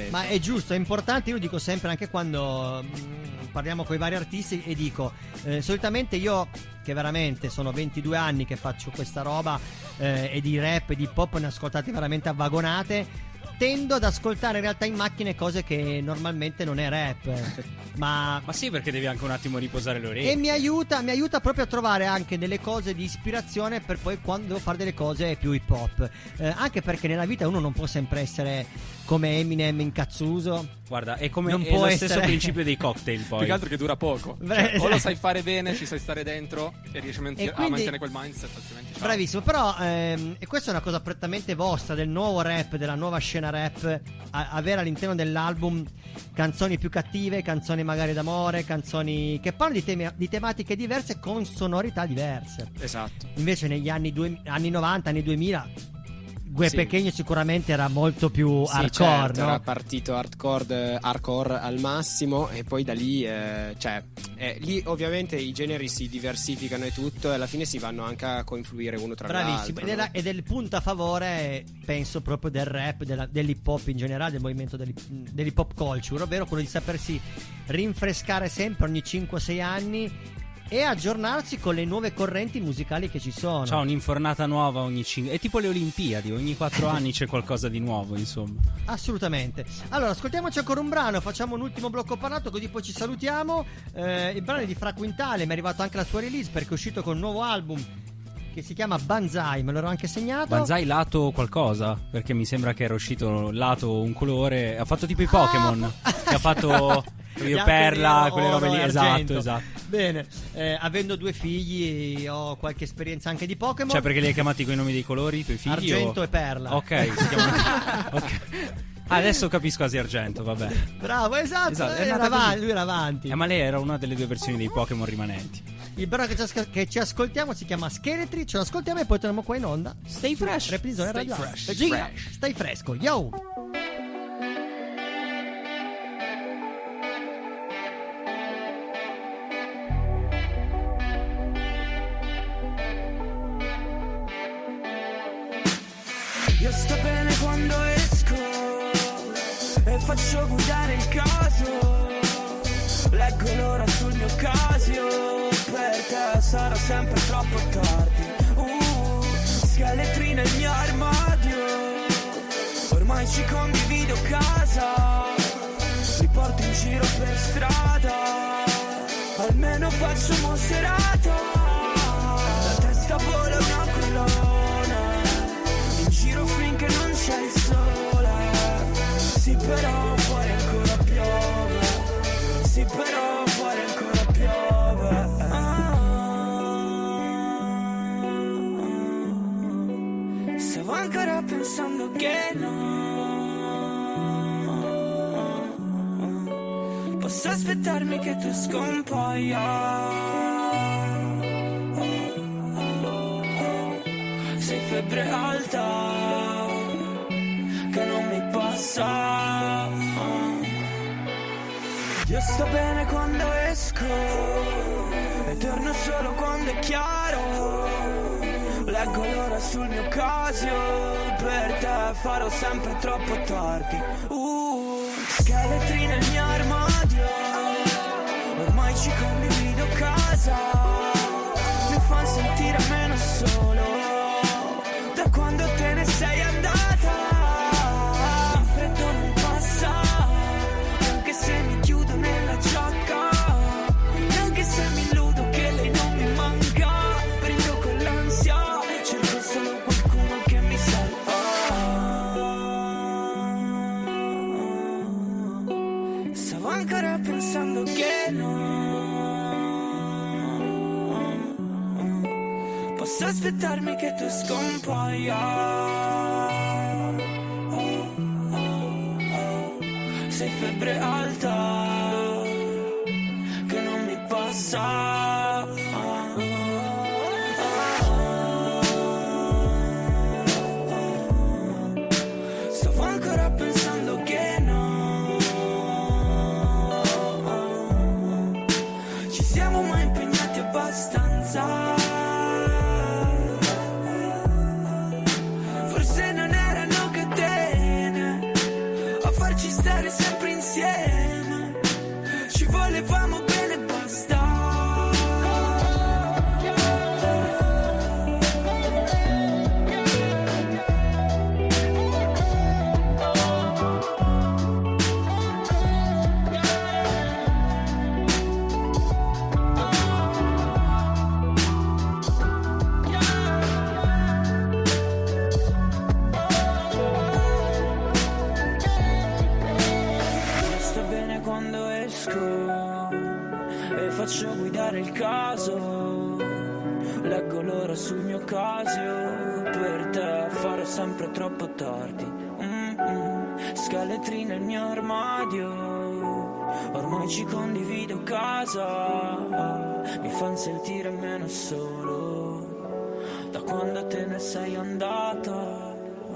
assolutamente. Ma è giusto, è importante. Io dico sempre, anche quando parliamo con i vari artisti, e dico solitamente io, che veramente sono 22 anni che faccio questa roba, e di rap e di pop ne ascoltate veramente a vagonate, tendo ad ascoltare in realtà in macchine cose che normalmente non è rap. Ma sì, perché devi anche un attimo riposare le orecchie. E mi aiuta proprio a trovare anche delle cose di ispirazione per poi quando devo fare delle cose più hip hop, anche perché nella vita uno non può sempre essere come Eminem incazzuso. Guarda, è come non è può lo essere... stesso principio dei cocktail poi. Più che altro che dura poco. O lo sai fare bene, ci sai stare dentro e riesci a mantenere quel mindset, altrimenti ciao. Bravissimo, però e questa è una cosa prettamente vostra, del nuovo rap, della nuova scena rap, avere all'interno dell'album canzoni più cattive, canzoni magari d'amore, canzoni che parlano di tematiche diverse con sonorità diverse. Esatto. Invece negli anni 90, anni 2000 Gue Pequeno sicuramente era molto più hardcore, certo, no? Era partito hardcore al massimo, e poi da lì lì ovviamente i generi si diversificano e tutto, e alla fine si vanno anche a coinfluire uno tra l'altro. Bravissimo, ed è il punto a favore, penso, proprio del rap, dell'hip hop in generale, del movimento dell'hip hop culture, ovvero quello di sapersi rinfrescare sempre ogni 5-6 anni e aggiornarsi con le nuove correnti musicali che ci sono. C'è un'infornata nuova ogni 5. È tipo le Olimpiadi, ogni 4 anni c'è qualcosa di nuovo, insomma. Assolutamente. Allora, ascoltiamoci ancora un brano, facciamo un ultimo blocco parlato, così poi ci salutiamo. Il brano è di Fra Quintale, mi è arrivato anche la sua release perché è uscito con un nuovo album che si chiama Banzai, me l'ero anche segnato. Banzai lato qualcosa, perché mi sembra che era uscito lato un colore, ha fatto tipo i Pokémon, che ha fatto io perla, quelle robe lì, esatto. Bene, avendo 2 figli ho qualche esperienza anche di Pokémon. Cioè, perché li hai chiamati con i nomi dei colori, i tuoi figli? Argento e perla. Ok, si chiamano okay. Adesso capisco Asi Argento, vabbè. Bravo, esatto. Lui era avanti. Ma lei era una delle 2 versioni dei Pokémon rimanenti. Il brano che ci ascoltiamo si chiama Scheletri, ce lo ascoltiamo e poi torniamo qua in onda. Stay fresh. Reprisone radio. Stai fresco, yo. Io sto bene quando esco e faccio guidare il caso. Leggo l'ora sul mio Casio, per te sarà sempre troppo tardi. Scheletri nel mio armadio, ormai ci condivido casa. Li porto in giro per strada, almeno faccio monserata. La testa vola un'aquilona, in giro finché non c'è il sole. Sì, però fuori ancora piove. Sì, però fuori ancora piove. Stavo ancora pensando che no, posso aspettarmi che tu scompaia. Sei febbre alta che non mi passa. Io sto bene quando esco e torno solo quando è chiaro. Leggo l'ora sul mio Casio, per te farò sempre troppo tardi. Scheletri nel mio armadio, ormai ci condivido casa. Mi fanno sentire meno solo da quando te ne sei andata. Il freddo non passa, anche se mi chiudo nella giacca, anche se mi illudo che lei non mi manca. Brindo con l'ansia, cerco solo qualcuno che mi salva. Stavo ancora pensando che no, posso aspettarmi che tu scompaia. Sei febbre alta che non mi passa. Stavo ancora pensando che no, ci siamo mai impegnati abbastanza. Forse non erano catene a farci stare e faccio guidare il caso. Leggo l'ora sul mio Casio, per te farò sempre troppo tardi. Scheletri nel mio armadio, ormai ci condivido casa, mi fan sentire meno solo da quando te ne sei andata.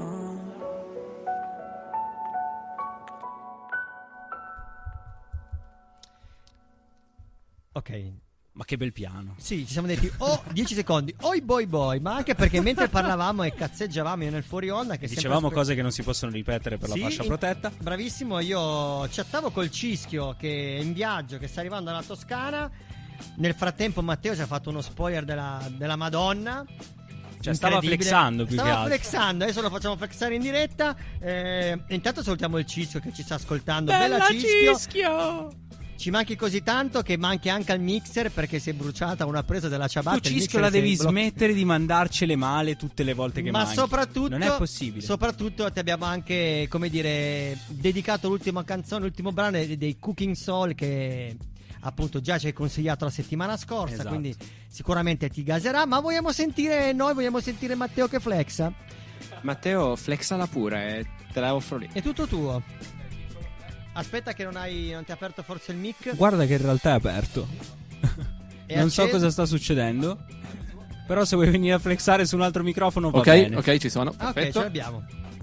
Ok. Ma che bel piano. Sì, ci siamo detti 10 secondi, oi boy, ma anche perché mentre parlavamo e cazzeggiavamo io nel fuori onda che dicevamo cose che non si possono ripetere per la fascia protetta. Bravissimo, io chattavo col Cischio che è in viaggio, che sta arrivando dalla Toscana. Nel frattempo Matteo ci ha fatto uno spoiler della Madonna. Cioè stava flexando più che altro. Stava flexando, adesso lo facciamo flexare in diretta. Intanto salutiamo il Cischio che ci sta ascoltando. Bella Cischio! Ci manchi così tanto che manchi anche al mixer perché si è bruciata una presa della ciabatta. Tu Cischio la devi smettere di mandarcele male tutte le volte che manchi. Ma soprattutto non è possibile. Soprattutto ti abbiamo anche, come dire, dedicato l'ultima canzone, l'ultimo brano dei Cooking Soul che appunto già ci hai consigliato la settimana scorsa, esatto. Quindi sicuramente ti gaserà. Ma vogliamo sentire Matteo che flexa? Matteo, flexala pure, te la offro lì. È tutto tuo. Aspetta che non ti ha aperto forse il mic. Guarda che in realtà è aperto. Non so cosa sta succedendo. Però se vuoi venire a flexare su un altro microfono va bene. Ok, ci sono. Perfetto. Ok, ce l'abbiamo.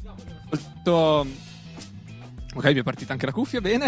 Ok, mi è partita anche la cuffia, bene.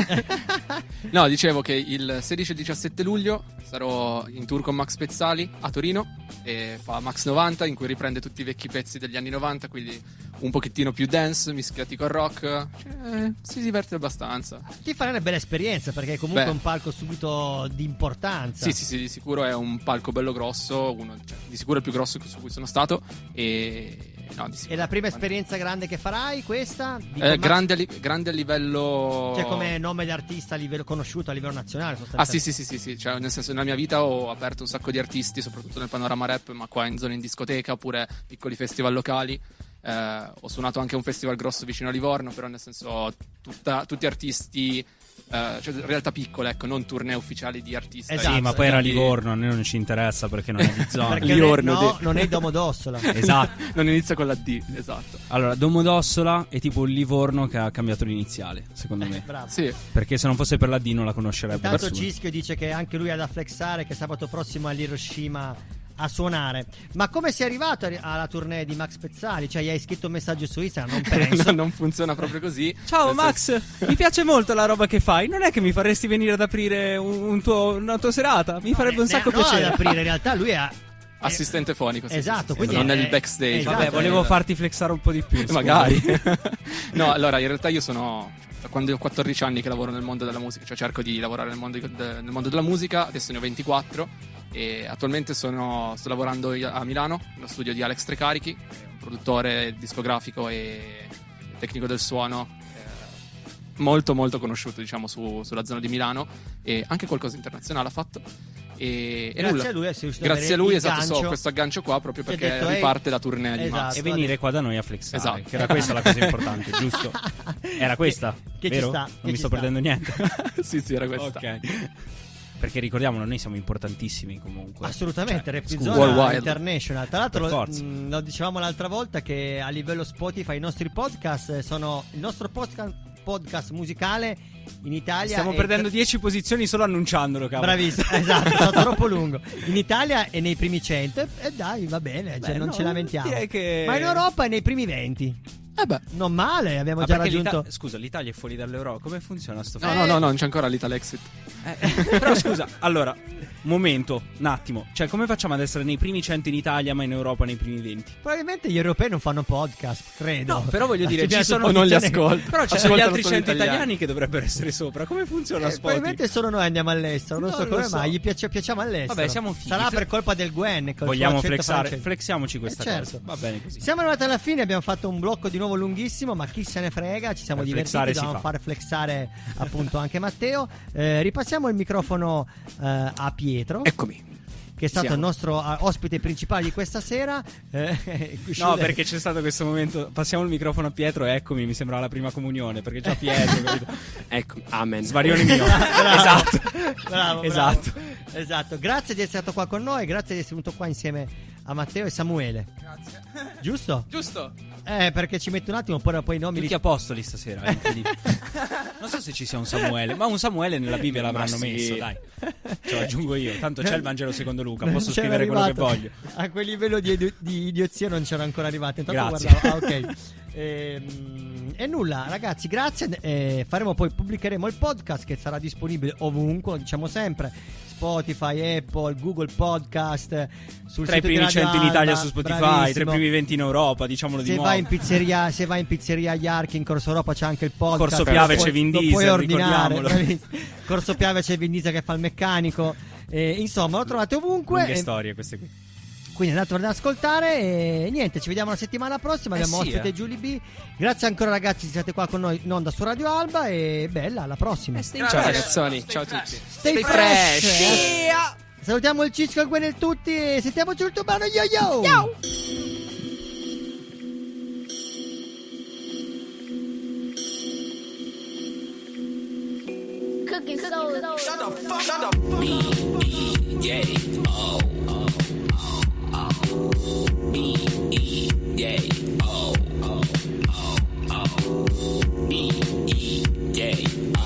No, dicevo che il 16 e 17 luglio sarò in tour con Max Pezzali a Torino e fa Max 90 in cui riprende tutti i vecchi pezzi degli anni 90, quindi un pochettino più dance mischiati con rock, cioè, si diverte abbastanza. Ti farà una bella esperienza perché è comunque un palco subito di importanza. Sì, di sicuro è un palco bello grosso, di sicuro il più grosso su cui sono stato e... No, è la prima esperienza grande che farai questa? Grande a livello... Cioè come nome di artista a livello conosciuto a livello nazionale sì. Cioè, nel senso, nella mia vita ho aperto un sacco di artisti, soprattutto nel panorama rap, ma qua in zone in discoteca oppure piccoli festival locali. Ho suonato anche a un festival grosso vicino a Livorno, però nel senso tutti artisti... cioè realtà piccole, ecco, non tournée ufficiali di artisti. Esatto, sì, ma poi era Livorno, a noi non ci interessa perché non è di zona. Livorno non è Domodossola. Esatto. Non inizia con la D, esatto. Allora, Domodossola è tipo il Livorno che ha cambiato l'iniziale, secondo me. Bravo. Sì. Perché se non fosse per la D non la conoscerebbe Intanto nessuno. Cischio dice che anche lui ha da flexare, che sabato prossimo all'Hiroshima a suonare. Ma come sei arrivato alla tournée di Max Pezzali? Cioè gli hai scritto un messaggio su Instagram? Non penso. Non funziona proprio così. Ciao Max, mi piace molto la roba che fai. Non è che mi faresti venire ad aprire una tua serata? Mi farebbe un sacco piacere. Ad aprire, in realtà lui è assistente fonico. Esatto, quindi non nel backstage. Esatto, vabbè, volevo farti flexare un po' di più. Magari. No, allora in realtà io sono... Da quando ho 14 anni che lavoro nel mondo della musica, cioè cerco di lavorare nel mondo della musica, adesso ne ho 24 e attualmente sto lavorando a Milano, nello studio di Alex Trecarichi, un produttore discografico e tecnico del suono molto molto conosciuto, diciamo, sulla zona di Milano, e anche qualcosa internazionale ha fatto. E grazie a lui sei riuscito grazie a lui, esatto, so questo aggancio qua proprio perché detto, riparte la tournée di Max. E venire qua da noi a flexare, esatto. Che era questa la cosa importante, giusto? Era questa? Che vero? ci sta, non mi sto perdendo niente. Sì, era questa. Ok. Perché ricordiamolo, noi siamo importantissimi comunque. Assolutamente, Rap Zona Worldwide International. Tra l'altro lo dicevamo l'altra volta che a livello Spotify i nostri podcast sono il nostro podcast musicale in Italia. Stiamo perdendo 10 posizioni solo annunciandolo, cavolo. Bravissimo, esatto, è stato troppo lungo. In Italia è nei primi 100 e dai, va bene, cioè, non ce lamentiamo. Che... Ma in Europa è nei primi 20. Non male, abbiamo già raggiunto. Scusa, l'Italia è fuori dall'Europa. Come funziona sto No, non c'è ancora l'Italexit. Però scusa, allora, momento, un attimo. Cioè, come facciamo ad essere nei primi 100 in Italia, ma in Europa nei primi 20? Probabilmente gli europei non fanno podcast, credo. No, però voglio dire, ci sono. O non li ascolto. Però ci sono gli altri 100 italiani che dovrebbero essere sopra. Come funziona Spotify? Probabilmente solo noi andiamo all'estero. Non so come mai. Gli piacciamo all'estero. Vabbè, siamo fighi. Sarà per colpa del Gwen. Vogliamo flexare. Flexiamoci questa certo. cosa. Va bene così. Siamo arrivati alla fine. Abbiamo fatto un blocco di nuovo lunghissimo, ma chi se ne frega. Ci siamo divertiti. Dobbiamo fare flexare appunto anche Matteo. Ripassiamo il microfono a Pietro. Eccomi. Che è stato il nostro ospite principale di questa sera. No, perché c'è stato questo momento. Passiamo il microfono a Pietro e eccomi, mi sembra la prima comunione. Perché già Pietro, capito? Ecco, amen. Svarione mio. Bravo. Esatto. Bravo. Esatto. Esatto, grazie di essere stato qua con noi, grazie di essere venuto qua insieme a Matteo e Samuele. Grazie. Giusto? Giusto. Perché ci mette un attimo, poi i nomi Tutti apostoli stasera, è incredibile. Non so se ci sia un Samuele, ma un Samuele nella Bibbia l'avranno messo, dai. Ce lo aggiungo io, tanto c'è il Vangelo secondo Luca, posso c'era scrivere quello che arrivato. voglio. A quel livello di idiozia non c'era ancora arrivato. Intanto Grazie. guardavo, ok. E nulla, ragazzi, grazie. Pubblicheremo il podcast che sarà disponibile ovunque, lo diciamo sempre. Spotify, Apple, Google Podcast, sul Tra i sito di primi Radio 100 in Italia Alba, su Spotify, bravissimo. tra i primi 20 in Europa, diciamolo di Se nuovo. vai in pizzeria Iarchi in Corso Europa c'è anche il podcast. Corso Piave c'è Vin Lo Diesel, puoi ordinare. ricordiamolo. Bravissimo. Corso Piave c'è Vin Diesel che fa il meccanico. Insomma, lo trovate ovunque. Lunghe storie queste qui. Quindi andate ad ascoltare e niente, ci vediamo la settimana prossima. Abbiamo ospite Julie B. Grazie ancora ragazzi, siete qua con noi in onda su Radio Alba e bella, alla prossima. Ciao ragazzoni, ciao a tutti. Stay fresh. Salutiamo il Cisco e il Gwen e tutti e sentiamoci il tuo brano yo yo. Cooking soul. Shut the fuck up. Yeah. Oh. Yeah. Oh. Yeah.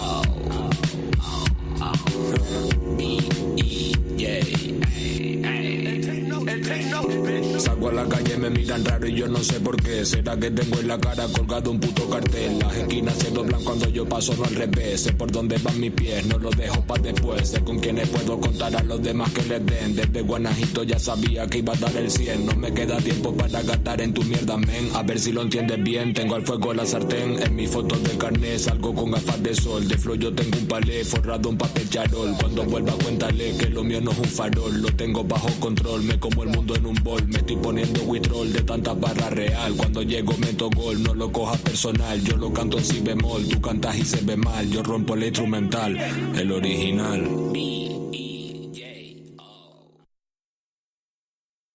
Salgo a la calle, me miran raro y yo no sé por qué. ¿Será que tengo en la cara colgado un puto cartel? Las esquinas se doblan cuando yo paso, no al revés. Sé por dónde van mis pies, no lo dejo pa' después. Sé con quienes puedo contar a los demás que les den. Desde Guanajito ya sabía que iba a dar el 100. No me queda tiempo para gastar en tu mierda, men. A ver si lo entiendes bien, tengo al fuego la sartén. En mis fotos de carnet salgo con gafas de sol. De flow yo tengo un palé forrado en papel charol. Cuando vuelva cuéntale que lo mío no es un farol. Lo tengo bajo control, me como el mundo en un bol. Me estoy poniendo withdrawal de tantas barras real. Cuando llego meto gol, no lo cojas personal. Yo lo canto en si bemol, tú cantas y se ve mal. Yo rompo el instrumental, el original.